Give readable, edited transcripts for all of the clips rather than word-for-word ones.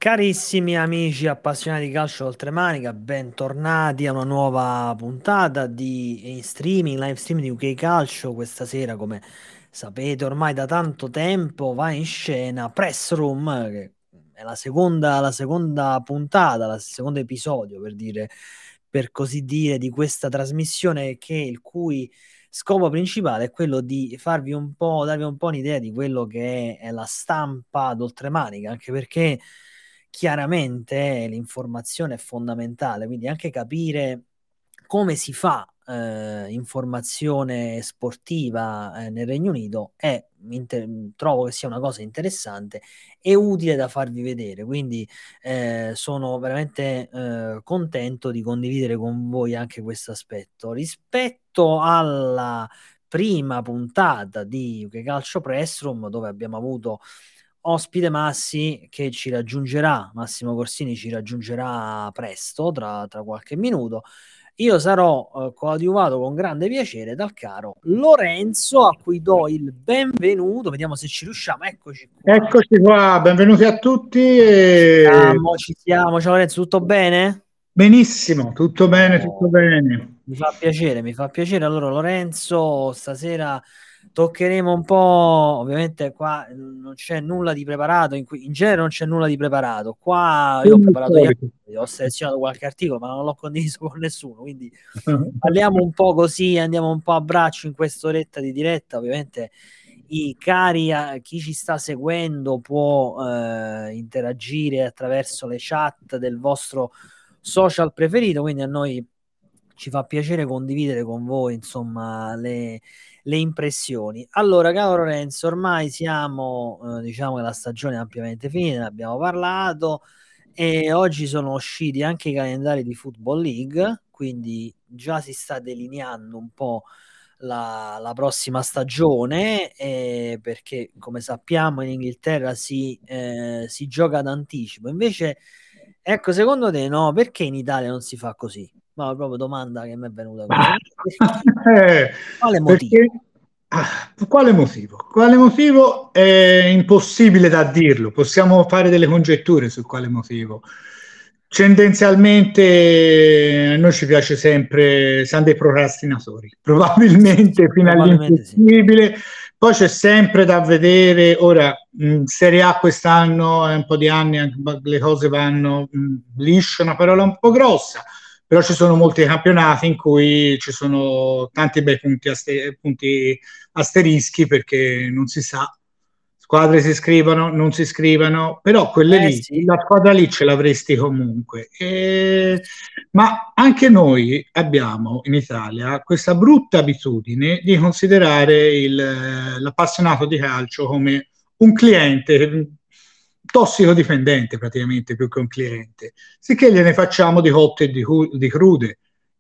Carissimi amici appassionati di calcio oltremanica, bentornati a una nuova puntata di in streaming, live streaming di UK Calcio. Questa sera, come sapete ormai da tanto tempo, va in scena Press Room, che è la seconda puntata, il secondo episodio, per dire, per così dire, di questa trasmissione il cui scopo principale è quello di darvi un po' un'idea di quello che è la stampa d'oltremanica, anche perché chiaramente l'informazione è fondamentale, quindi anche capire come si fa informazione sportiva nel Regno Unito trovo che sia una cosa interessante e utile da farvi vedere. Quindi sono veramente contento di condividere con voi anche questo aspetto. Rispetto alla prima puntata di UK Calcio Press Room, dove abbiamo avuto ospite Massi che ci raggiungerà, Massimo Corsini ci raggiungerà presto, tra qualche minuto. Io sarò coadiuvato con grande piacere dal caro Lorenzo, a cui do il benvenuto. Vediamo se ci riusciamo. Eccoci qua. Eccoci qua, benvenuti a tutti. Ci siamo. Ciao Lorenzo, tutto bene? Benissimo, tutto bene, tutto Oh, bene. mi fa piacere, mi fa piacere. Allora, Lorenzo, stasera toccheremo un po'. Ovviamente, qua non c'è nulla di preparato. In genere, non c'è nulla di preparato. Qua io ho Come al preparato gli solito. articoli, ho selezionato qualche articolo, ma non l'ho condiviso con nessuno. Quindi parliamo un po' così, andiamo un po' a braccio in quest'oretta di diretta. Ovviamente, chi ci sta seguendo può interagire attraverso le chat del vostro social preferito, quindi a noi ci fa piacere condividere con voi, insomma, le impressioni. Allora, caro Lorenzo, ormai siamo, diciamo che la stagione è ampiamente finita, ne abbiamo parlato e oggi sono usciti anche i calendari di Football League, quindi già si sta delineando un po' la prossima stagione, perché come sappiamo in Inghilterra si gioca d'anticipo. Invece, ecco, secondo te no? Perché in Italia non si fa così? Ma proprio domanda che mi è venuta così. Secondo te perché? Eh, Quale motivo? perché? Quale motivo? Quale motivo è impossibile da dirlo, possiamo fare delle congetture su quale motivo. Tendenzialmente a noi ci piace sempre, siamo dei procrastinatori, probabilmente fino Probabilmente sì. all'impossibile. Poi c'è sempre da vedere, ora, Serie A quest'anno è un po' di anni, le cose vanno liscio, una parola un po' grossa, però ci sono molti campionati in cui ci sono tanti bei punti asterischi perché non si sa, squadre si iscrivono, non si iscrivono, però quelle Eh lì, sì, la squadra lì ce l'avresti comunque. Ma anche noi abbiamo in Italia questa brutta abitudine di considerare l'appassionato di calcio come un cliente tossicodipendente praticamente più che un cliente, sicché gliene facciamo di cotte e di crude.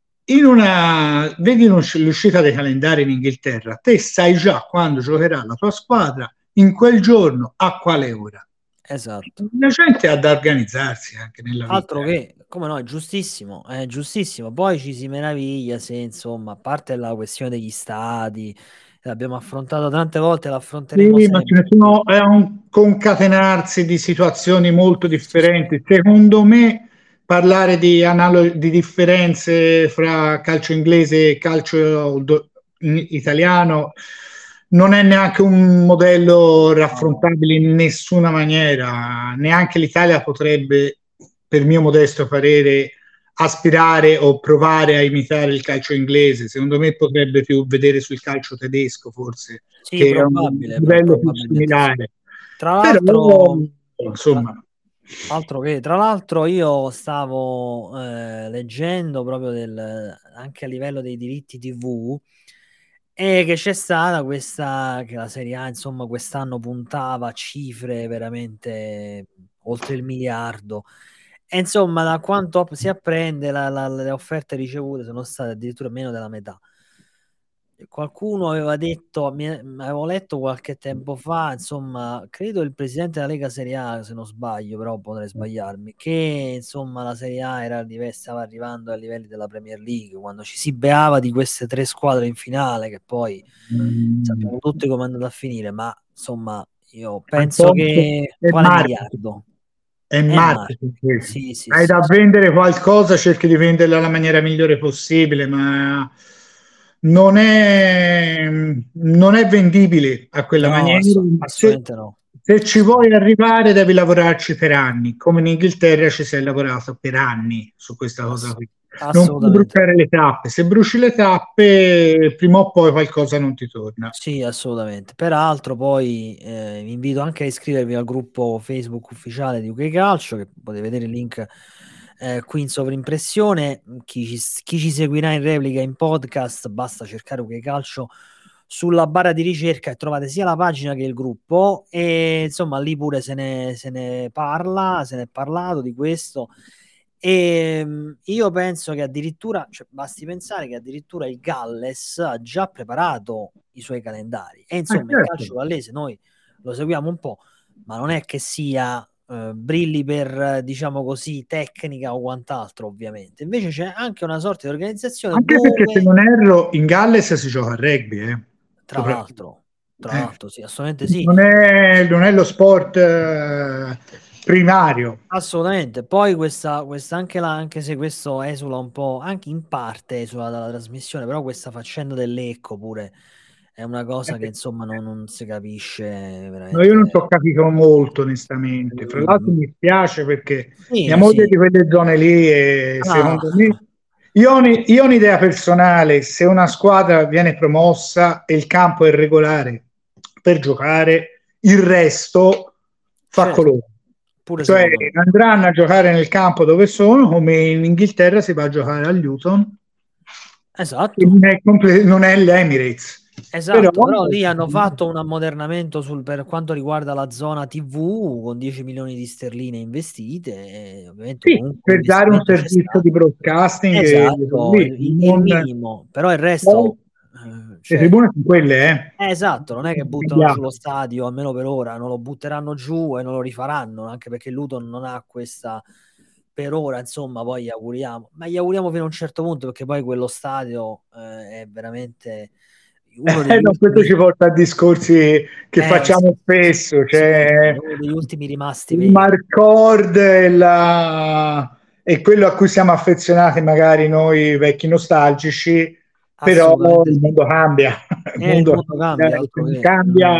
Vedi l'uscita dei calendari in Inghilterra, te sai già quando giocherà la tua squadra, in quel giorno, a quale ora. esatto. La gente ha da organizzarsi anche nella vita. Altro che, come no, è giustissimo. Poi ci si meraviglia se, insomma, a parte la questione degli stadi, l'abbiamo affrontato tante volte, l'affronteremo Sì, ma ce ne sempre. sono, è un concatenarsi di situazioni molto differenti. Secondo me, parlare di differenze fra calcio inglese e calcio italiano non è neanche un modello No, no. raffrontabile in nessuna maniera. Neanche l'Italia potrebbe, per mio modesto parere, aspirare o provare a imitare il calcio inglese. Secondo me potrebbe più vedere sul calcio tedesco, forse, Sì, che è un probabile, livello più probabilmente sì. similare. Tra Però, l'altro, tra, insomma, tra l'altro io stavo leggendo proprio anche a livello dei diritti TV e che c'è stata che la Serie A, insomma, quest'anno puntava a cifre veramente oltre il miliardo. E insomma, da quanto si apprende, le offerte ricevute sono state addirittura meno della metà. Qualcuno aveva detto, avevo letto qualche tempo fa, insomma, credo il presidente della Lega Serie A, se non sbaglio, però potrei sbagliarmi, che insomma la Serie A stava arrivando ai livelli della Premier League, quando ci si beava di queste tre squadre in finale, che poi mm, sappiamo tutti come è andato a finire, ma insomma, io è un penso po' che è quale marketing. miliardo? è È marketing. marketing. Sì, sì, Hai sì, da sì. vendere qualcosa, cerchi di venderla alla maniera migliore possibile, ma non è vendibile a quella No, maniera. assolutamente no. Se ci vuoi Assolutamente, arrivare, devi lavorarci per anni. Come in Inghilterra ci si è lavorato per anni su questa cosa ass- qui. Non puoi assolutamente no. bruciare le tappe. Se bruci le tappe, prima o poi qualcosa non ti torna. Sì, assolutamente. Peraltro, poi vi invito anche a iscrivervi al gruppo Facebook ufficiale di UK Calcio, che potete vedere il link qui in sovrimpressione. Chi ci seguirà in replica in podcast, basta cercare UK Calcio sulla barra di ricerca e trovate sia la pagina che il gruppo. E insomma, lì pure se ne parla, se ne è parlato di questo. E io penso che addirittura, cioè, basti pensare che addirittura il Galles ha già preparato i suoi calendari. E insomma, il Certo. calcio gallese noi lo seguiamo un po', ma non è che sia brilli per, diciamo così, tecnica o quant'altro, ovviamente. Invece c'è anche una sorta di organizzazione Anche perché se dove, non erro, in Galles si gioca a rugby, tra soprattutto. l'altro, tra Eh, l'altro, sì, assolutamente sì. non è lo sport primario. Assolutamente, poi questa anche, anche se questo esula un po', anche in parte esula dalla trasmissione, però questa faccenda dell'Ecco pure è una cosa che insomma non si capisce No, io non ci veramente. ho capito molto, onestamente. Fra l'altro Mm, mi spiace perché mia sì, moglie è sì. di quelle zone lì e Ah, secondo me io ho un'idea personale, se una squadra viene promossa e il campo è regolare per giocare, il resto fa certo, colore. pure Cioè secondo me. andranno a giocare nel campo dove sono, come in Inghilterra si va a giocare a Luton, che Esatto. non è l'Emirates. Però Esatto, però lì hanno fatto un ammodernamento per quanto riguarda la zona TV con 10 milioni di sterline investite e ovviamente sì, comunque per dare un l'investimento c'è servizio stato. di broadcasting Esatto, lì, il minimo, però il poi resto, le cioè, tribune sono quelle, esatto, non è che buttano giù cambiate. lo stadio, almeno per ora, non lo butteranno giù e non lo rifaranno, anche perché Luton non ha questa, per ora, insomma, poi gli auguriamo, ma gli auguriamo fino a un certo punto, perché poi quello stadio è veramente uno degli No, questo ci ultimi, porta a discorsi che sì, facciamo spesso, sì, cioè uno degli ultimi rimasti il veri. Marcord è quello a cui siamo affezionati magari noi vecchi nostalgici, però Assolutamente il sì. mondo cambia, il Il mondo mondo cambia, se altro non che. cambia,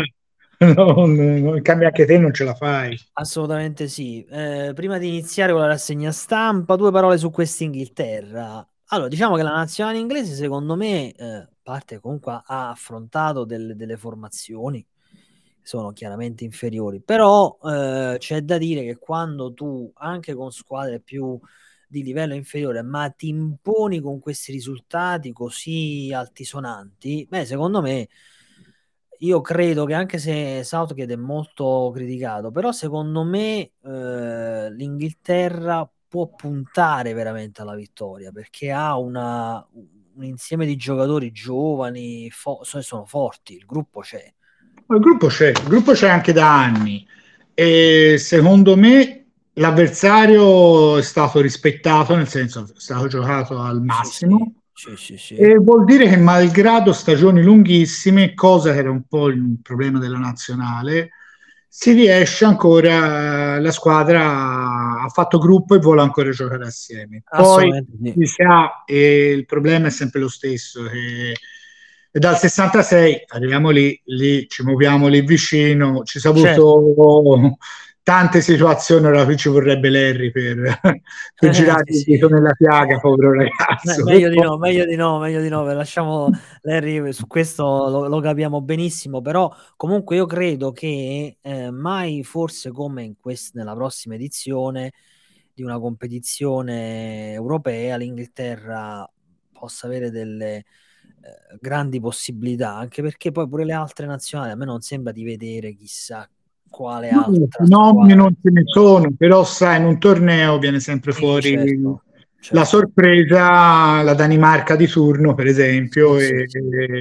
non cambia anche te, non ce la fai. Assolutamente sì. Prima di iniziare con la rassegna stampa, due parole su quest'Inghilterra. Allora, diciamo che la nazionale inglese, secondo me, parte comunque ha affrontato delle formazioni che sono chiaramente inferiori, però c'è da dire che quando tu, anche con squadre più di livello inferiore, ma ti imponi con questi risultati così altisonanti, beh, secondo me io credo che anche se Southgate è molto criticato, però secondo me l'Inghilterra può puntare veramente alla vittoria perché ha un insieme di giocatori giovani, sono forti, il gruppo c'è. Il gruppo c'è anche da anni e secondo me l'avversario è stato rispettato, nel senso è stato giocato al Sì, sì, massimo sì, sì, sì, e vuol dire che malgrado stagioni lunghissime, cosa che era un po' il problema della nazionale, si riesce ancora, la squadra ha fatto gruppo e vuole ancora giocare assieme. Poi assolutamente sì. si sa, e il problema è sempre lo stesso, che dal 66 arriviamo lì ci muoviamo lì vicino, ci sono Certo. avuto tante situazioni, ora qui ci vorrebbe Larry per girare Sì, il sì. dito nella piaga, povero ragazzo. Meglio di no, meglio di no, meglio di no, lasciamo Larry, su questo lo capiamo benissimo, però comunque io credo che mai forse come nella prossima edizione di una competizione europea l'Inghilterra possa avere delle grandi possibilità, anche perché poi pure le altre nazionali a me non sembra di vedere chissà quale No, altra fenomeni squadra non in ce ne giro. sono, però sai, in un torneo viene sempre Sì, fuori certo, la certo. sorpresa, la Danimarca di turno, per esempio, Sì, sì, sì.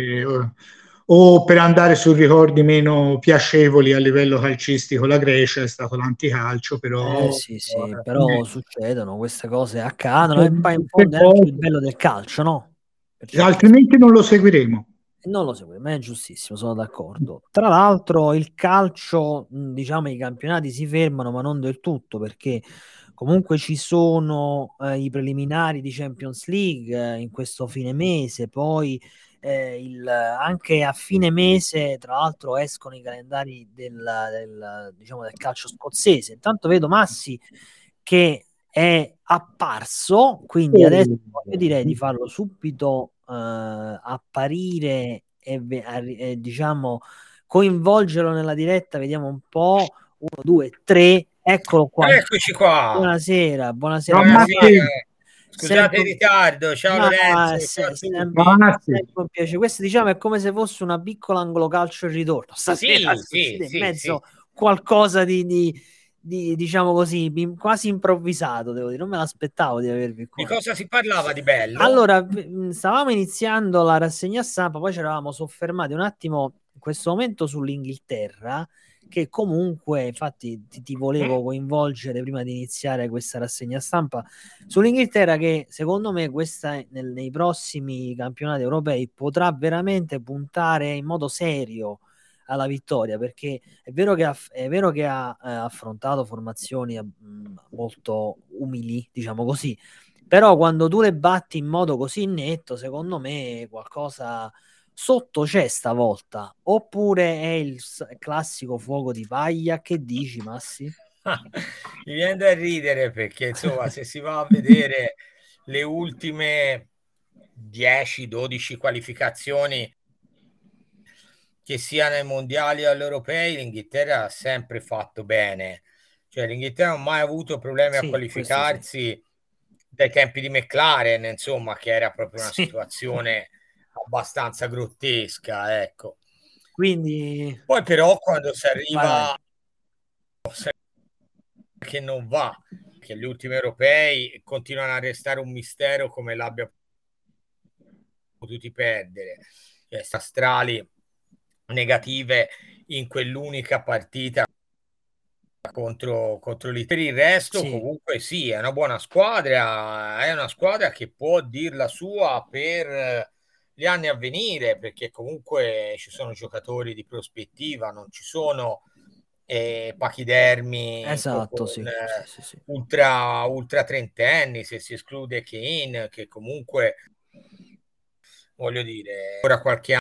o per andare su ricordi meno piacevoli a livello calcistico, la Grecia è stato l'anticalcio, però Sì, sì, alla però fine, succedono, queste cose accadono e poi in queste fondo è anche il cose, bello del calcio, no? Per certi aspetti. altrimenti non lo seguiremo. Non lo segue, ma è giustissimo, sono d'accordo. Tra l'altro il calcio, diciamo, i campionati si fermano, ma non del tutto, perché comunque ci sono i preliminari di Champions League in questo fine mese, poi anche a fine mese, tra l'altro, escono i calendari diciamo, del calcio scozzese. Intanto vedo Massi che è apparso, quindi adesso io direi di farlo subito apparire e diciamo coinvolgerlo nella diretta. Vediamo un po'. 1, 2, 3. Eccolo qua. Eccoci qua. Buonasera, buonasera. Buonasera. Scusate Sempre... il ritardo. Ciao Lorenzo. Ciao sempre un piacere. Questo diciamo è come se fosse una piccola angolocalcio in ritorno. Stasera succede in mezzo qualcosa di diciamo così, quasi improvvisato, devo dire, non me l'aspettavo di avervi qua. Di cosa si parlava di bello? Allora, stavamo iniziando la rassegna stampa, poi ci eravamo soffermati un attimo in questo momento sull'Inghilterra, che comunque, infatti, ti volevo coinvolgere prima di iniziare questa rassegna stampa sull'Inghilterra, che secondo me nei prossimi campionati europei potrà veramente puntare in modo serio alla vittoria, perché è vero che ha affrontato formazioni molto umili, diciamo così, però quando tu le batti in modo così netto, secondo me qualcosa sotto c'è stavolta, oppure è il classico fuoco di paglia. Che dici, Massi? Mi viene da ridere perché insomma se si va a vedere le ultime 10-12 qualificazioni, che siano ai mondiali o agli europei, l'Inghilterra ha sempre fatto bene, cioè l'Inghilterra non ha mai avuto problemi a qualificarsi dai tempi di McLaren, insomma, che era proprio una situazione abbastanza grottesca, ecco. Quindi poi però quando si arriva che non va, che gli ultimi europei continuano a restare un mistero come l'abbia potuti perdere, cioè astrali negative in quell'unica partita contro l'Italia. Per il resto comunque sì, è una buona squadra, è una squadra che può dir la sua per gli anni a venire, perché comunque ci sono giocatori di prospettiva, non ci sono pachidermi ultra trentenni, se si esclude Kane, che comunque voglio dire ora qualche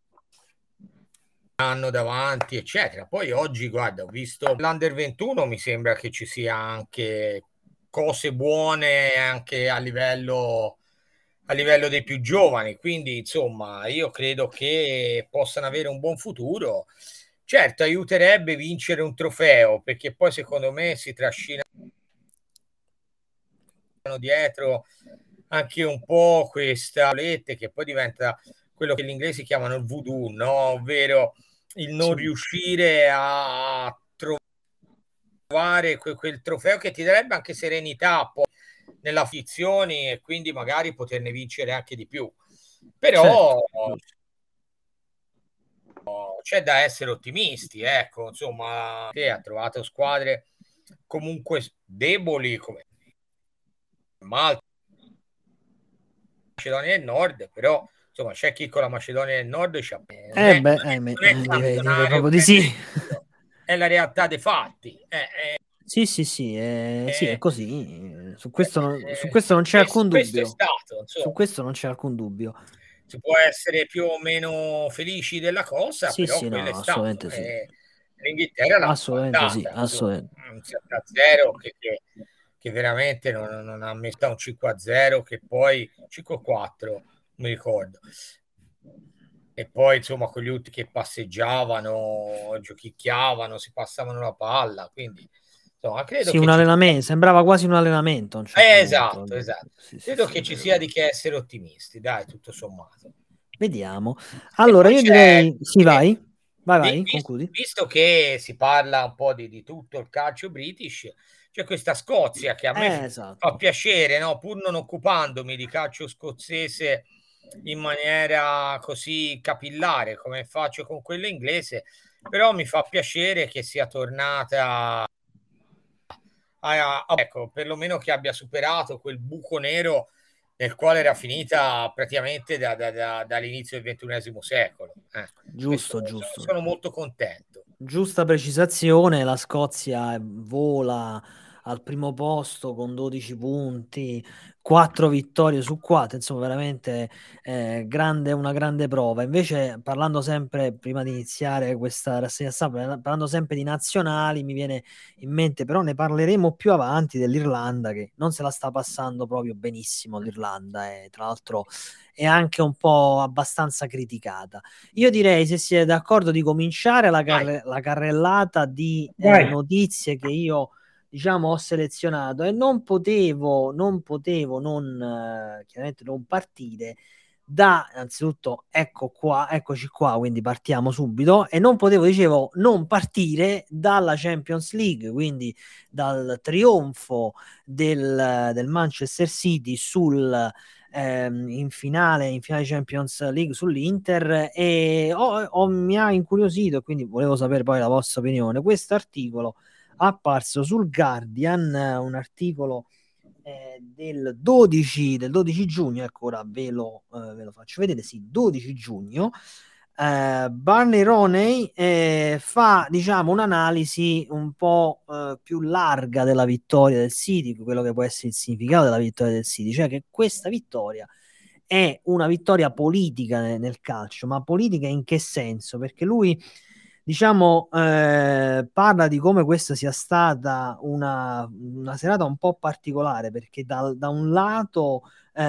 anno davanti, eccetera. Poi oggi, guarda, ho visto l'Under 21, mi sembra che ci sia anche cose buone anche a livello dei più giovani, quindi insomma io credo che possano avere un buon futuro. Certo, aiuterebbe vincere un trofeo, perché poi secondo me si trascinano dietro anche un po' questa che poi diventa quello che gli inglesi chiamano il voodoo, no? Ovvero il non riuscire a trovare quel trofeo che ti darebbe anche serenità poi nella afflizione e quindi magari poterne vincere anche di più. Però c'è da essere ottimisti, ecco, insomma, che ha trovato squadre comunque deboli come Malta, Macedonia del Nord, però insomma c'è chi con la Macedonia del Nord direi proprio di sì. È la realtà dei fatti. Sì, è così. Su questo non c'è alcun dubbio. Su questo non c'è alcun dubbio. Si può essere più o meno felici della cosa, però quello è stato. L'Inghilterra l'ha assolutamente un 7-0 che veramente non ha messo un 5-0, che poi 5-4, mi ricordo. E poi insomma con gli ultimi che passeggiavano, giochicchiavano, si passavano la palla, quindi insomma credo che un allenamento, sembrava quasi un allenamento a un certo punto. Esatto. Credo che ci sia di che essere ottimisti, dai, tutto sommato. Vediamo. Allora io direi vai, concludi. Visto che si parla un po' di tutto il calcio british, c'è questa Scozia che a me fa piacere, no? Pur non occupandomi di calcio scozzese in maniera così capillare come faccio con quello inglese, però mi fa piacere che sia tornata ecco, perlomeno che abbia superato quel buco nero nel quale era finita praticamente dall'inizio del XXI secolo. Giusto, giusto. Sono molto contento. Giusta precisazione, la Scozia vola al primo posto con 12 punti, 4 vittorie su 4, insomma veramente una grande prova. Invece parlando sempre, prima di iniziare questa rassegna stampa, parlando sempre di nazionali, mi viene in mente, però ne parleremo più avanti, dell'Irlanda che non se la sta passando proprio benissimo l'Irlanda, e tra l'altro è anche un po' abbastanza criticata. Io direi, se siete d'accordo, di cominciare la carrellata di notizie che io, diciamo, ho selezionato, e non potevo chiaramente non partire da, innanzitutto, eccoci qua, quindi partiamo subito, e non potevo, dicevo, non partire dalla Champions League, quindi dal trionfo del Manchester City in finale Champions League sull'Inter, e mi ha incuriosito, quindi volevo sapere poi la vostra opinione. Questo articolo apparso sul Guardian, un articolo del 12 giugno, ecco, ora ve lo faccio vedere, sì, 12 giugno. Barney Roney fa, diciamo, un'analisi un po' più larga della vittoria del City, quello che può essere il significato della vittoria del City, cioè che questa vittoria è una vittoria politica nel calcio. Ma politica in che senso? Perché lui, diciamo, parla di come questa sia stata una serata un po' particolare, perché da un lato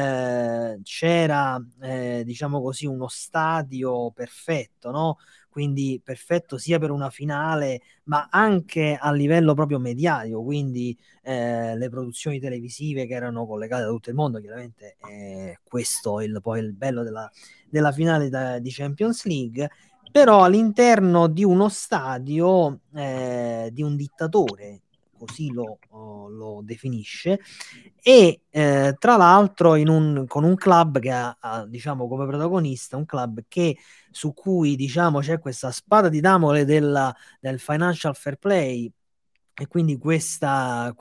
c'era, diciamo così, uno stadio perfetto, no? Quindi perfetto sia per una finale, ma anche a livello proprio mediatico, quindi le produzioni televisive che erano collegate da tutto il mondo, chiaramente questo è poi il bello della finale di Champions League. Però all'interno di uno stadio di un dittatore, così lo definisce, e tra l'altro con un club che ha, diciamo, come protagonista un club su cui, diciamo, c'è questa spada di Damoclea del financial fair play, e quindi questa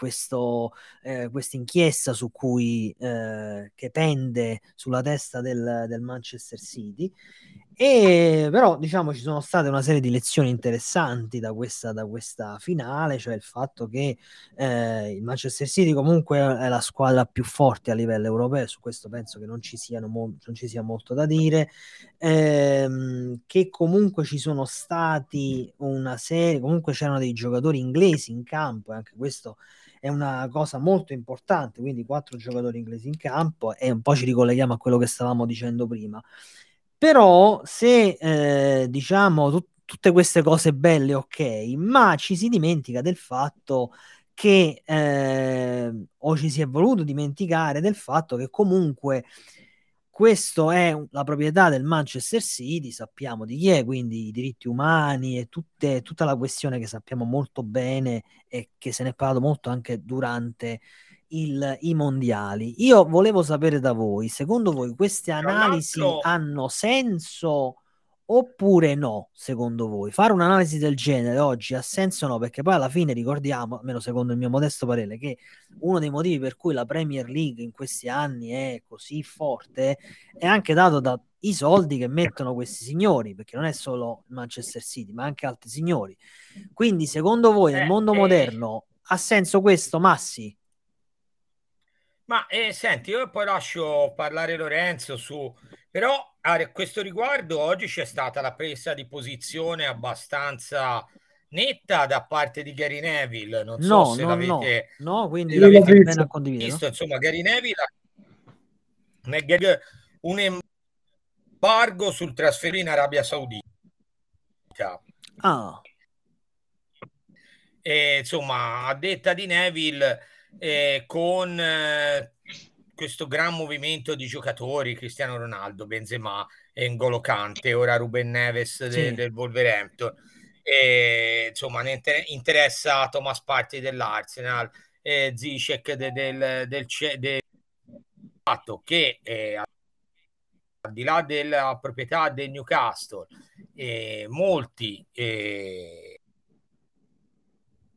inchiesta su cui che pende sulla testa del Manchester City. E però, diciamo, ci sono state una serie di lezioni interessanti da questa finale, cioè il fatto che il Manchester City comunque è la squadra più forte a livello europeo. Su questo penso che non ci sia molto da dire, che comunque ci sono stati una serie, comunque c'erano dei giocatori inglesi in campo, e anche questo è una cosa molto importante, quindi 4 giocatori inglesi in campo, e un po' ci ricolleghiamo a quello che stavamo dicendo prima. Però se diciamo tutte queste cose belle, ok, ma ci si dimentica del fatto che o ci si è voluto dimenticare del fatto che comunque questo è la proprietà del Manchester City, sappiamo di chi è, quindi i diritti umani e tutta la questione che sappiamo molto bene, e che se ne è parlato molto anche durante i mondiali. Io volevo sapere da voi, secondo voi queste analisi hanno senso oppure no? Secondo voi fare un'analisi del genere oggi ha senso o no? Perché poi alla fine ricordiamo, almeno secondo il mio modesto parere, che uno dei motivi per cui la Premier League in questi anni è così forte è anche dato dai soldi che mettono questi signori, perché non è solo Manchester City ma anche altri signori. Quindi secondo voi nel mondo moderno ha senso questo, Massi? Ma senti, io poi lascio parlare Lorenzo però a questo riguardo oggi c'è stata la presa di posizione abbastanza netta da parte di Gary Neville. Non so se l'avete bene a condividere. Visto. Insomma, Gary Neville un embargo sul trasferimento in Arabia Saudita. Insomma, a detta di Neville, con questo gran movimento di giocatori, Cristiano Ronaldo, Benzema, N'Golo Kante, ora Ruben Neves del Wolverhampton, insomma, ne interessa Thomas Partey dell'Arsenal, Ziyech del fatto che al di là della proprietà del Newcastle, molti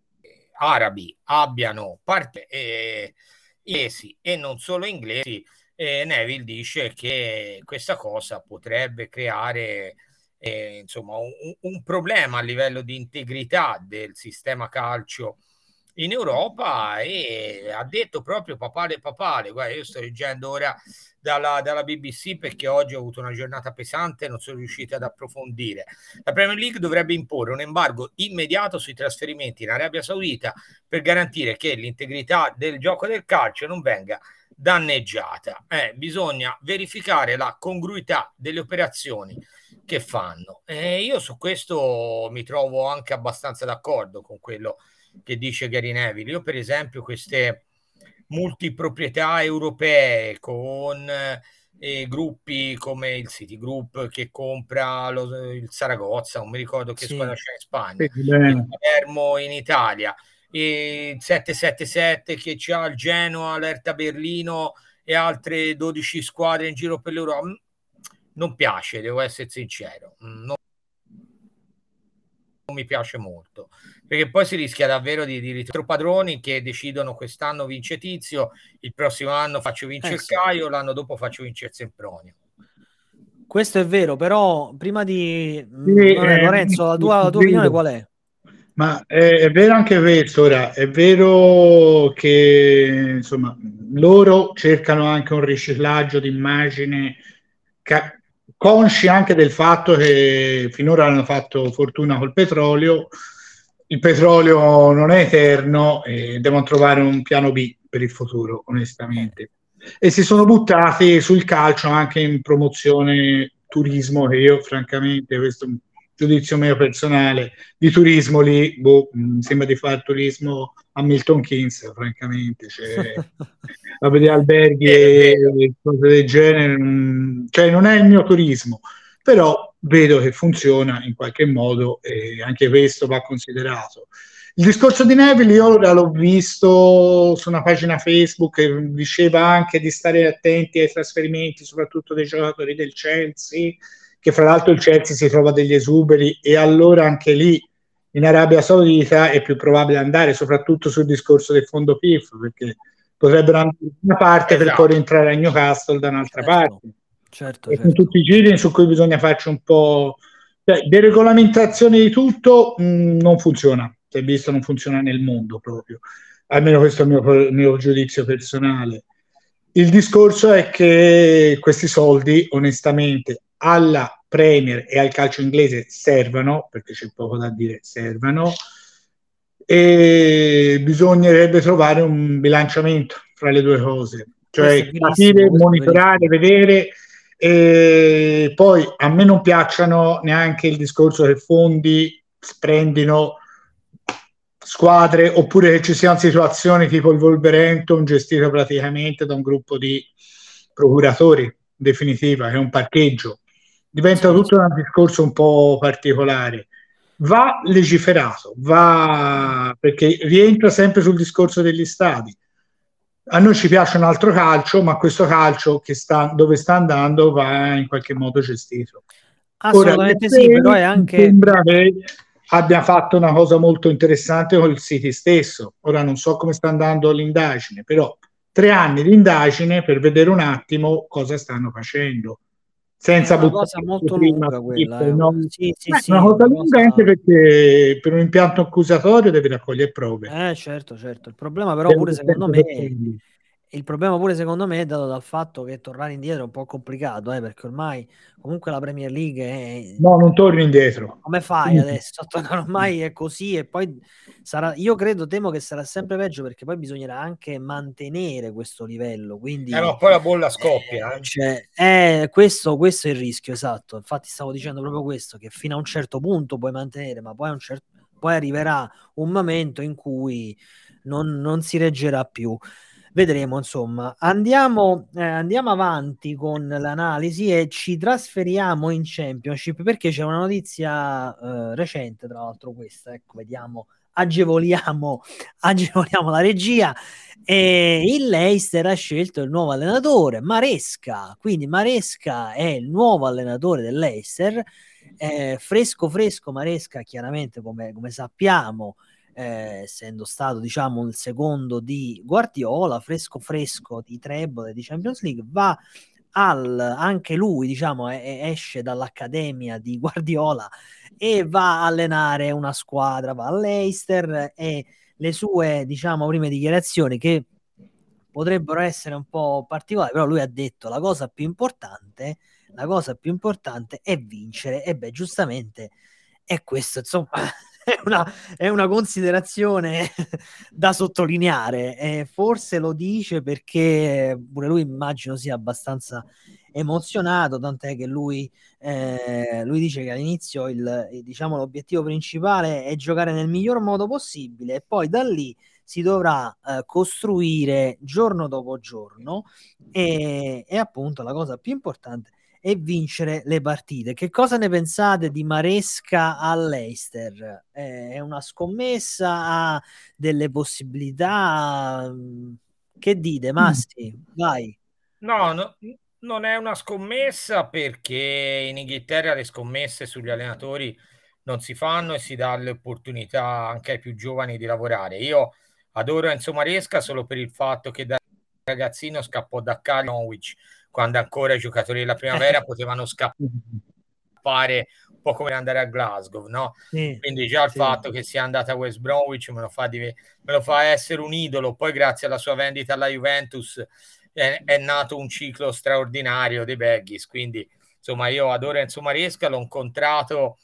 arabi abbiano parte inglesi, e non solo inglesi, E Neville dice che questa cosa potrebbe creare insomma un problema a livello di integrità del sistema calcio in Europa, e ha detto proprio papale, guarda, io sto leggendo ora dalla BBC perché oggi ho avuto una giornata pesante e non sono riuscito ad approfondire. La Premier League dovrebbe imporre un embargo immediato sui trasferimenti in Arabia Saudita per garantire che l'integrità del gioco del calcio non venga danneggiata. Bisogna verificare la congruità delle operazioni che fanno. Io su questo mi trovo anche abbastanza d'accordo con quello che dice Gary Neville. Io per esempio queste multiproprietà europee con gruppi come il City Group che compra il Saragozza, non mi ricordo che squadra c'è in Spagna, il Palermo in Italia, il 777 che c'ha il Genoa, l'Hertha Berlino e altre 12 squadre in giro per l'Europa, non piace, devo essere sincero, non mi piace molto, perché poi si rischia davvero di padroni che decidono quest'anno vince Tizio, il prossimo anno faccio vincere il Caio, l'anno dopo faccio vincere il Sempronio. Questo è vero, però prima di Lorenzo, la tua opinione qual è? Ma è vero anche questo. Ora è vero che insomma loro cercano anche un riciclaggio di immagine, consci anche del fatto che finora hanno fatto fortuna col petrolio. Il petrolio non è eterno e devono trovare un piano B per il futuro, onestamente. E si sono buttati sul calcio anche in promozione turismo, che io francamente, questo è un giudizio mio personale, di turismo lì, sembra di fare turismo a Milton Keynes, francamente, cioè, a vedere alberghi e cose del genere, cioè non è il mio turismo, però vedo che funziona in qualche modo e anche questo va considerato. Il discorso di Neville io ora l'ho visto su una pagina Facebook che diceva anche di stare attenti ai trasferimenti, soprattutto dei giocatori del Chelsea, che fra l'altro il Chelsea si trova degli esuberi, e allora anche lì in Arabia Saudita è più probabile andare, soprattutto sul discorso del fondo PIF, perché potrebbero andare da una parte per poi rientrare a Newcastle da un'altra parte. Certo. Con tutti i giri su cui bisogna farci un po'... deregolamentazione di tutto non funziona, si è visto, non funziona nel mondo proprio, almeno questo è il mio giudizio personale. Il discorso è che questi soldi onestamente alla Premier e al calcio inglese servono, perché c'è poco da dire, servono, e bisognerebbe trovare un bilanciamento fra le due cose, cioè capire, monitorare, vedere. E poi a me non piacciono neanche il discorso che fondi sprendino squadre, oppure che ci siano situazioni tipo il Wolverhampton gestito praticamente da un gruppo di procuratori, definitiva, che è un parcheggio. Diventa tutto un discorso un po' particolare. Va legiferato, perché rientra sempre sul discorso degli stadi. A noi ci piace un altro calcio, ma questo calcio dove sta andando va in qualche modo gestito. Assolutamente sì, però è anche... Sembra che abbia fatto una cosa molto interessante con il City stesso. Ora non so come sta andando l'indagine, però 3 anni di indagine per vedere un attimo cosa stanno facendo. Senza una cosa molto lunga quella. Sì, una cosa lunga anche perché per un impianto accusatorio deve raccogliere prove. Certo. Il problema però pure secondo me... Il problema pure secondo me è dato dal fatto che tornare indietro è un po' complicato, perché ormai comunque la Premier League è... No, non torni indietro. Come fai adesso? Ormai è così, e poi sarà, io temo che sarà sempre peggio, perché poi bisognerà anche mantenere questo livello, quindi ma poi la bolla scoppia. Questo è il rischio, esatto. Infatti stavo dicendo proprio questo, che fino a un certo punto puoi mantenere, ma poi poi arriverà un momento in cui non si reggerà più. Vedremo, insomma. Andiamo avanti con l'analisi e ci trasferiamo in Championship, perché c'è una notizia recente, tra l'altro questa, ecco, vediamo, agevoliamo la regia, e il Leicester ha scelto il nuovo allenatore, Maresca. Quindi Maresca è il nuovo allenatore del Leicester, fresco Maresca, chiaramente come sappiamo. essendo stato diciamo il secondo di Guardiola, fresco di treble di Champions League, va anche lui diciamo esce dall'accademia di Guardiola e va a allenare una squadra, va all'Eister, e le sue diciamo prime dichiarazioni, che potrebbero essere un po' particolari, però lui ha detto la cosa più importante è vincere, e beh, giustamente è questo, insomma, è una considerazione da sottolineare, forse lo dice perché pure lui immagino sia abbastanza emozionato, tant'è che lui dice che all'inizio diciamo, l'obiettivo principale è giocare nel miglior modo possibile, e poi da lì si dovrà costruire giorno dopo giorno, e appunto la cosa più importante è vincere le partite. Che cosa ne pensate di Maresca all'Eister? È una scommessa? Ha delle possibilità? Che dite, Massi? Vai. No, non è una scommessa, perché in Inghilterra le scommesse sugli allenatori non si fanno e si dà l'opportunità anche ai più giovani di lavorare. Io adoro Enzo Maresca solo per il fatto che da ragazzino scappò da Norwich, quando ancora i giocatori della primavera potevano scappare un po' come andare a Glasgow, no? Sì, Quindi già il sì. fatto che sia andata a West Bromwich me lo fa essere un idolo. Poi grazie alla sua vendita alla Juventus è nato un ciclo straordinario dei Baggies. Quindi insomma io adoro Enzo Maresca, l'ho incontrato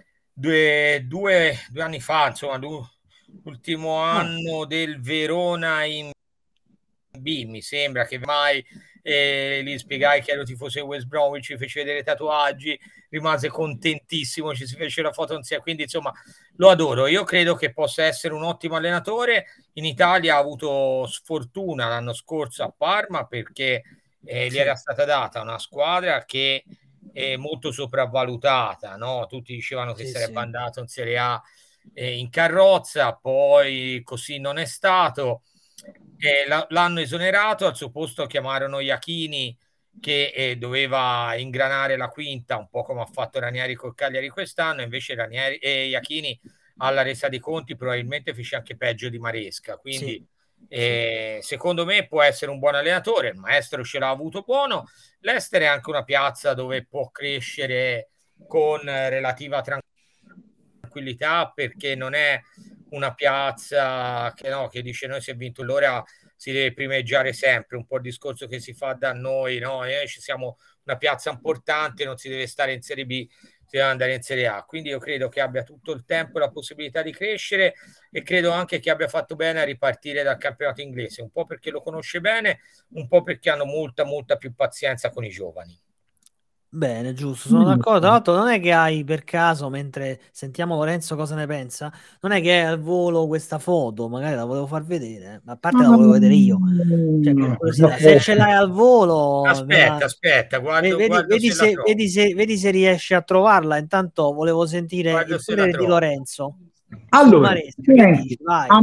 due anni fa, insomma l'ultimo anno del Verona in B, mi sembra, che mai gli spiegai che ero tifoso di West Bromwich, fece vedere i tatuaggi, rimase contentissimo, ci si fece la foto insieme, quindi insomma lo adoro. Io credo che possa essere un ottimo allenatore. In Italia ha avuto sfortuna l'anno scorso a Parma, perché gli era stata data una squadra che è molto sopravvalutata, no? Tutti dicevano che sarebbe andato in Serie A in carrozza, poi così non è stato. L'hanno esonerato, al suo posto chiamarono Iachini, che doveva ingranare la quinta, un po' come ha fatto Ranieri col Cagliari quest'anno. Invece Iachini alla resa dei conti probabilmente fece anche peggio di Maresca, quindi secondo me può essere un buon allenatore. Il maestro ce l'ha avuto buono. L'Ester è anche una piazza dove può crescere con relativa tranquillità, perché non è una piazza che dice noi si è vinto l'ora si deve primeggiare sempre, un po' il discorso che si fa da noi, no? Ci siamo una piazza importante, non si deve stare in Serie B, si deve andare in Serie A. Quindi io credo che abbia tutto il tempo e la possibilità di crescere, e credo anche che abbia fatto bene a ripartire dal campionato inglese, un po' perché lo conosce bene, un po' perché hanno molta più pazienza con i giovani. Bene, giusto, sono d'accordo. Tra l'altro, non è che hai per caso, mentre sentiamo Lorenzo cosa ne pensa, non è che hai al volo questa foto, magari la volevo far vedere, ma a parte la volevo vedere io. Cioè, per curiosità, se ce l'hai al volo, aspetta, guardo vedi se riesci a trovarla. Intanto volevo sentire il parere di Lorenzo. Allora, a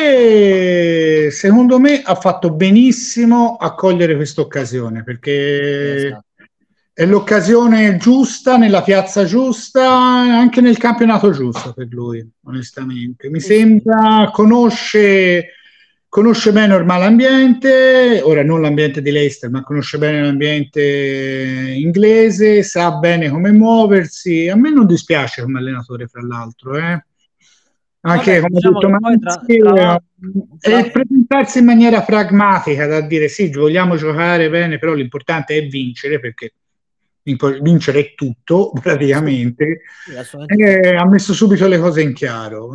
me, secondo me, ha fatto benissimo a cogliere questa occasione, perché è l'occasione giusta, nella piazza giusta, anche nel campionato giusto per lui, onestamente. Mi sembra, conosce bene ormai l'ambiente, ora non l'ambiente di Leicester, ma conosce bene l'ambiente inglese, sa bene come muoversi. A me non dispiace come allenatore, fra l'altro, anche come diciamo detto Manzi, e presentarsi in maniera pragmatica, da dire sì, vogliamo giocare bene, però l'importante è vincere, perché vincere è tutto praticamente. Ha messo subito le cose in chiaro,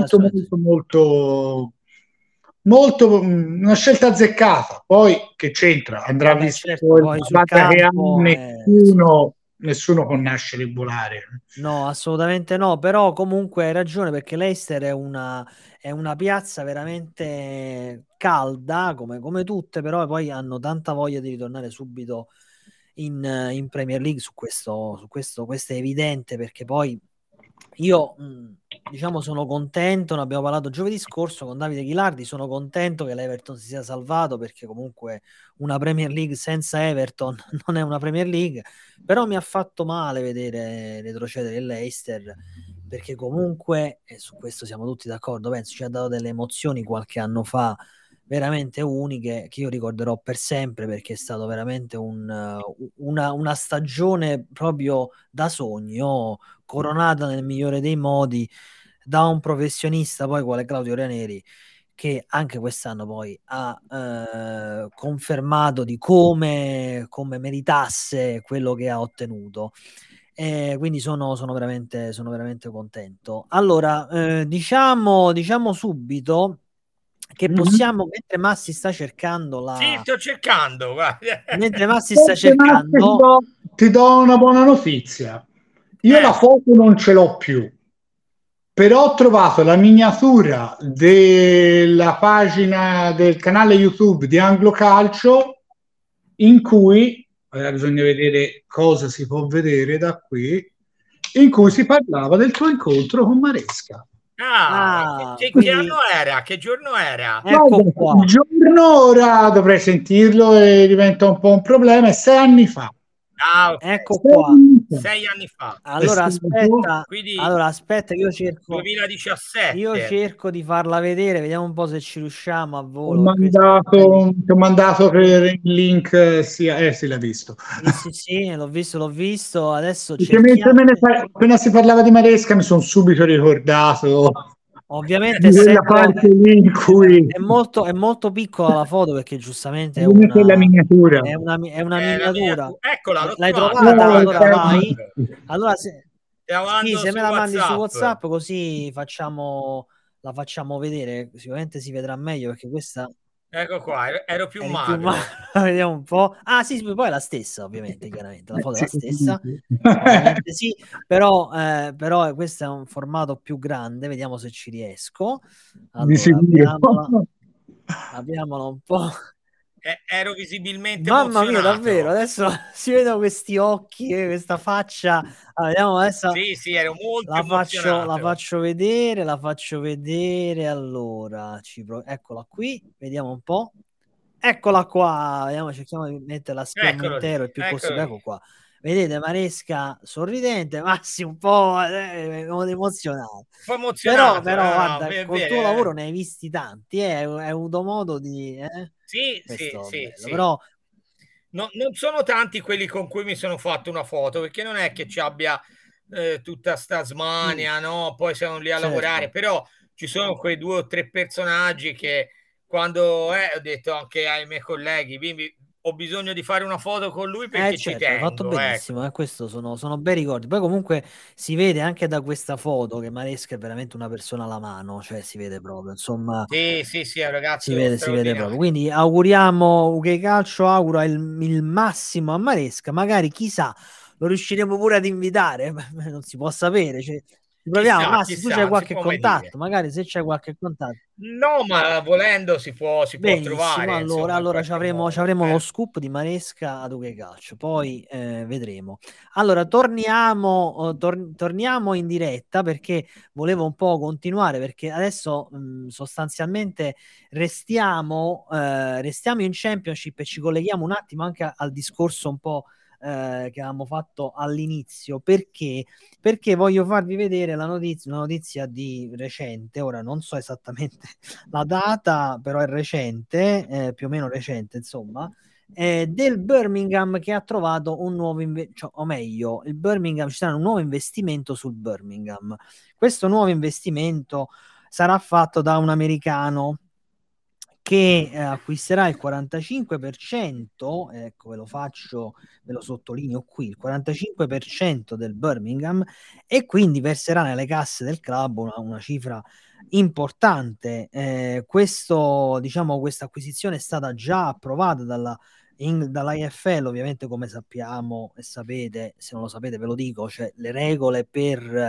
molto una scelta azzeccata. Poi che c'entra? Andrà visto la squadra che ha, nessuno può nascere e volare. No, assolutamente no, però comunque hai ragione, perché l'Eister è una piazza veramente calda, come tutte, però poi hanno tanta voglia di ritornare subito in Premier League. Su questo è evidente, perché poi io diciamo sono contento, ne abbiamo parlato giovedì scorso con Davide Ghilardi, sono contento che l'Everton si sia salvato, perché comunque una Premier League senza Everton non è una Premier League, però mi ha fatto male vedere retrocedere l'Eister, perché comunque, e su questo siamo tutti d'accordo, penso ci ha dato delle emozioni qualche anno fa veramente uniche, che io ricorderò per sempre, perché è stato veramente una stagione proprio da sogno, coronata nel migliore dei modi da un professionista poi quale Claudio Ranieri, che anche quest'anno poi ha confermato di come meritasse quello che ha ottenuto. Quindi sono veramente contento. Allora, diciamo subito che possiamo, mentre Massi sta cercando Sì, sto cercando, guarda. mentre Massi sta cercando, ti do una buona notizia. Io la foto non ce l'ho più, però ho trovato la miniatura della pagina del canale YouTube di Anglo Calcio, in cui bisogna vedere cosa si può vedere da qui, in cui si parlava del tuo incontro con Maresca. Che anno era? Che giorno era? Ecco qua. Il giorno, ora dovrei sentirlo e diventa un po' un problema, è 6 anni fa. Okay. Ecco qua. 6 anni fa. Allora aspetta, quindi che io cerco 2017. Io cerco di farla vedere, vediamo un po' se ci riusciamo a volo. Ho mandato per il link, sì, l'ha visto. Sì, l'ho visto. Adesso appena si parlava di Maresca mi sono subito ricordato. Ovviamente quella parte lì in cui è molto piccola la foto, perché giustamente è una miniatura. È una miniatura. Eccola, l'ho l'hai trovata. trovata? Allora vai. Allora se me la mandi su WhatsApp, così la facciamo vedere, sicuramente si vedrà meglio, perché questa... Ecco qua, ero più magro. Vediamo un po'. Sì, poi è la stessa, ovviamente, chiaramente. La foto è la stessa. Ovviamente sì, però questo è un formato più grande, vediamo se ci riesco. Allora, apriamola un po'. Ero visibilmente Mamma mia, emozionato. davvero, adesso si vedono questi occhi, questa faccia. Vediamo adesso. Sì, ero molto emozionato. La faccio vedere. Allora, eccola qui, vediamo un po'. Eccola qua, vediamo, cerchiamo di metterla a schermo intero il più possibile. Ecco qua. Vedete Maresca sorridente, Massi un po' emozionato. Però guarda, col tuo lavoro ne hai visti tanti, hai avuto modo di... Sì. Però non sono tanti quelli con cui mi sono fatto una foto, perché non è che ci abbia tutta sta smania, no? Poi siamo lì a lavorare, però ci sono quei 2 o 3 personaggi che quando ho detto anche ai miei colleghi, Bimbi, ho bisogno di fare una foto con lui perché ci tengo. Hai fatto benissimo, questo sono bei ricordi. Poi comunque si vede anche da questa foto che Maresca è veramente una persona alla mano, cioè si vede proprio, insomma. Sì, è un ragazzo si vede proprio. Quindi auguriamo, UK Calcio augura il massimo a Maresca, magari chissà lo riusciremo pure ad invitare, non si può sapere, proviamo. Massi, tu c'hai qualche contatto? Magari se c'hai qualche contatto. No, ma volendo si può trovare. Allora ci avremo lo scoop di Maresca ad UK Calcio, poi vedremo. Allora torniamo in diretta, perché volevo un po' continuare, perché adesso sostanzialmente restiamo in Championship e ci colleghiamo un attimo anche al discorso un po' che avevamo fatto all'inizio, perché voglio farvi vedere una notizia di recente. Ora non so esattamente la data, però è recente, più o meno recente, insomma, del Birmingham, che ha trovato un nuovo o meglio, il Birmingham, ci sarà un nuovo investimento sul Birmingham. Questo nuovo investimento sarà fatto da un americano che acquisterà il 45%, ecco ve lo sottolineo qui, il 45% del Birmingham, e quindi verserà nelle casse del club una cifra importante. Questa acquisizione è stata già approvata dall'IFL, ovviamente, come sappiamo e sapete, se non lo sapete ve lo dico, cioè le regole per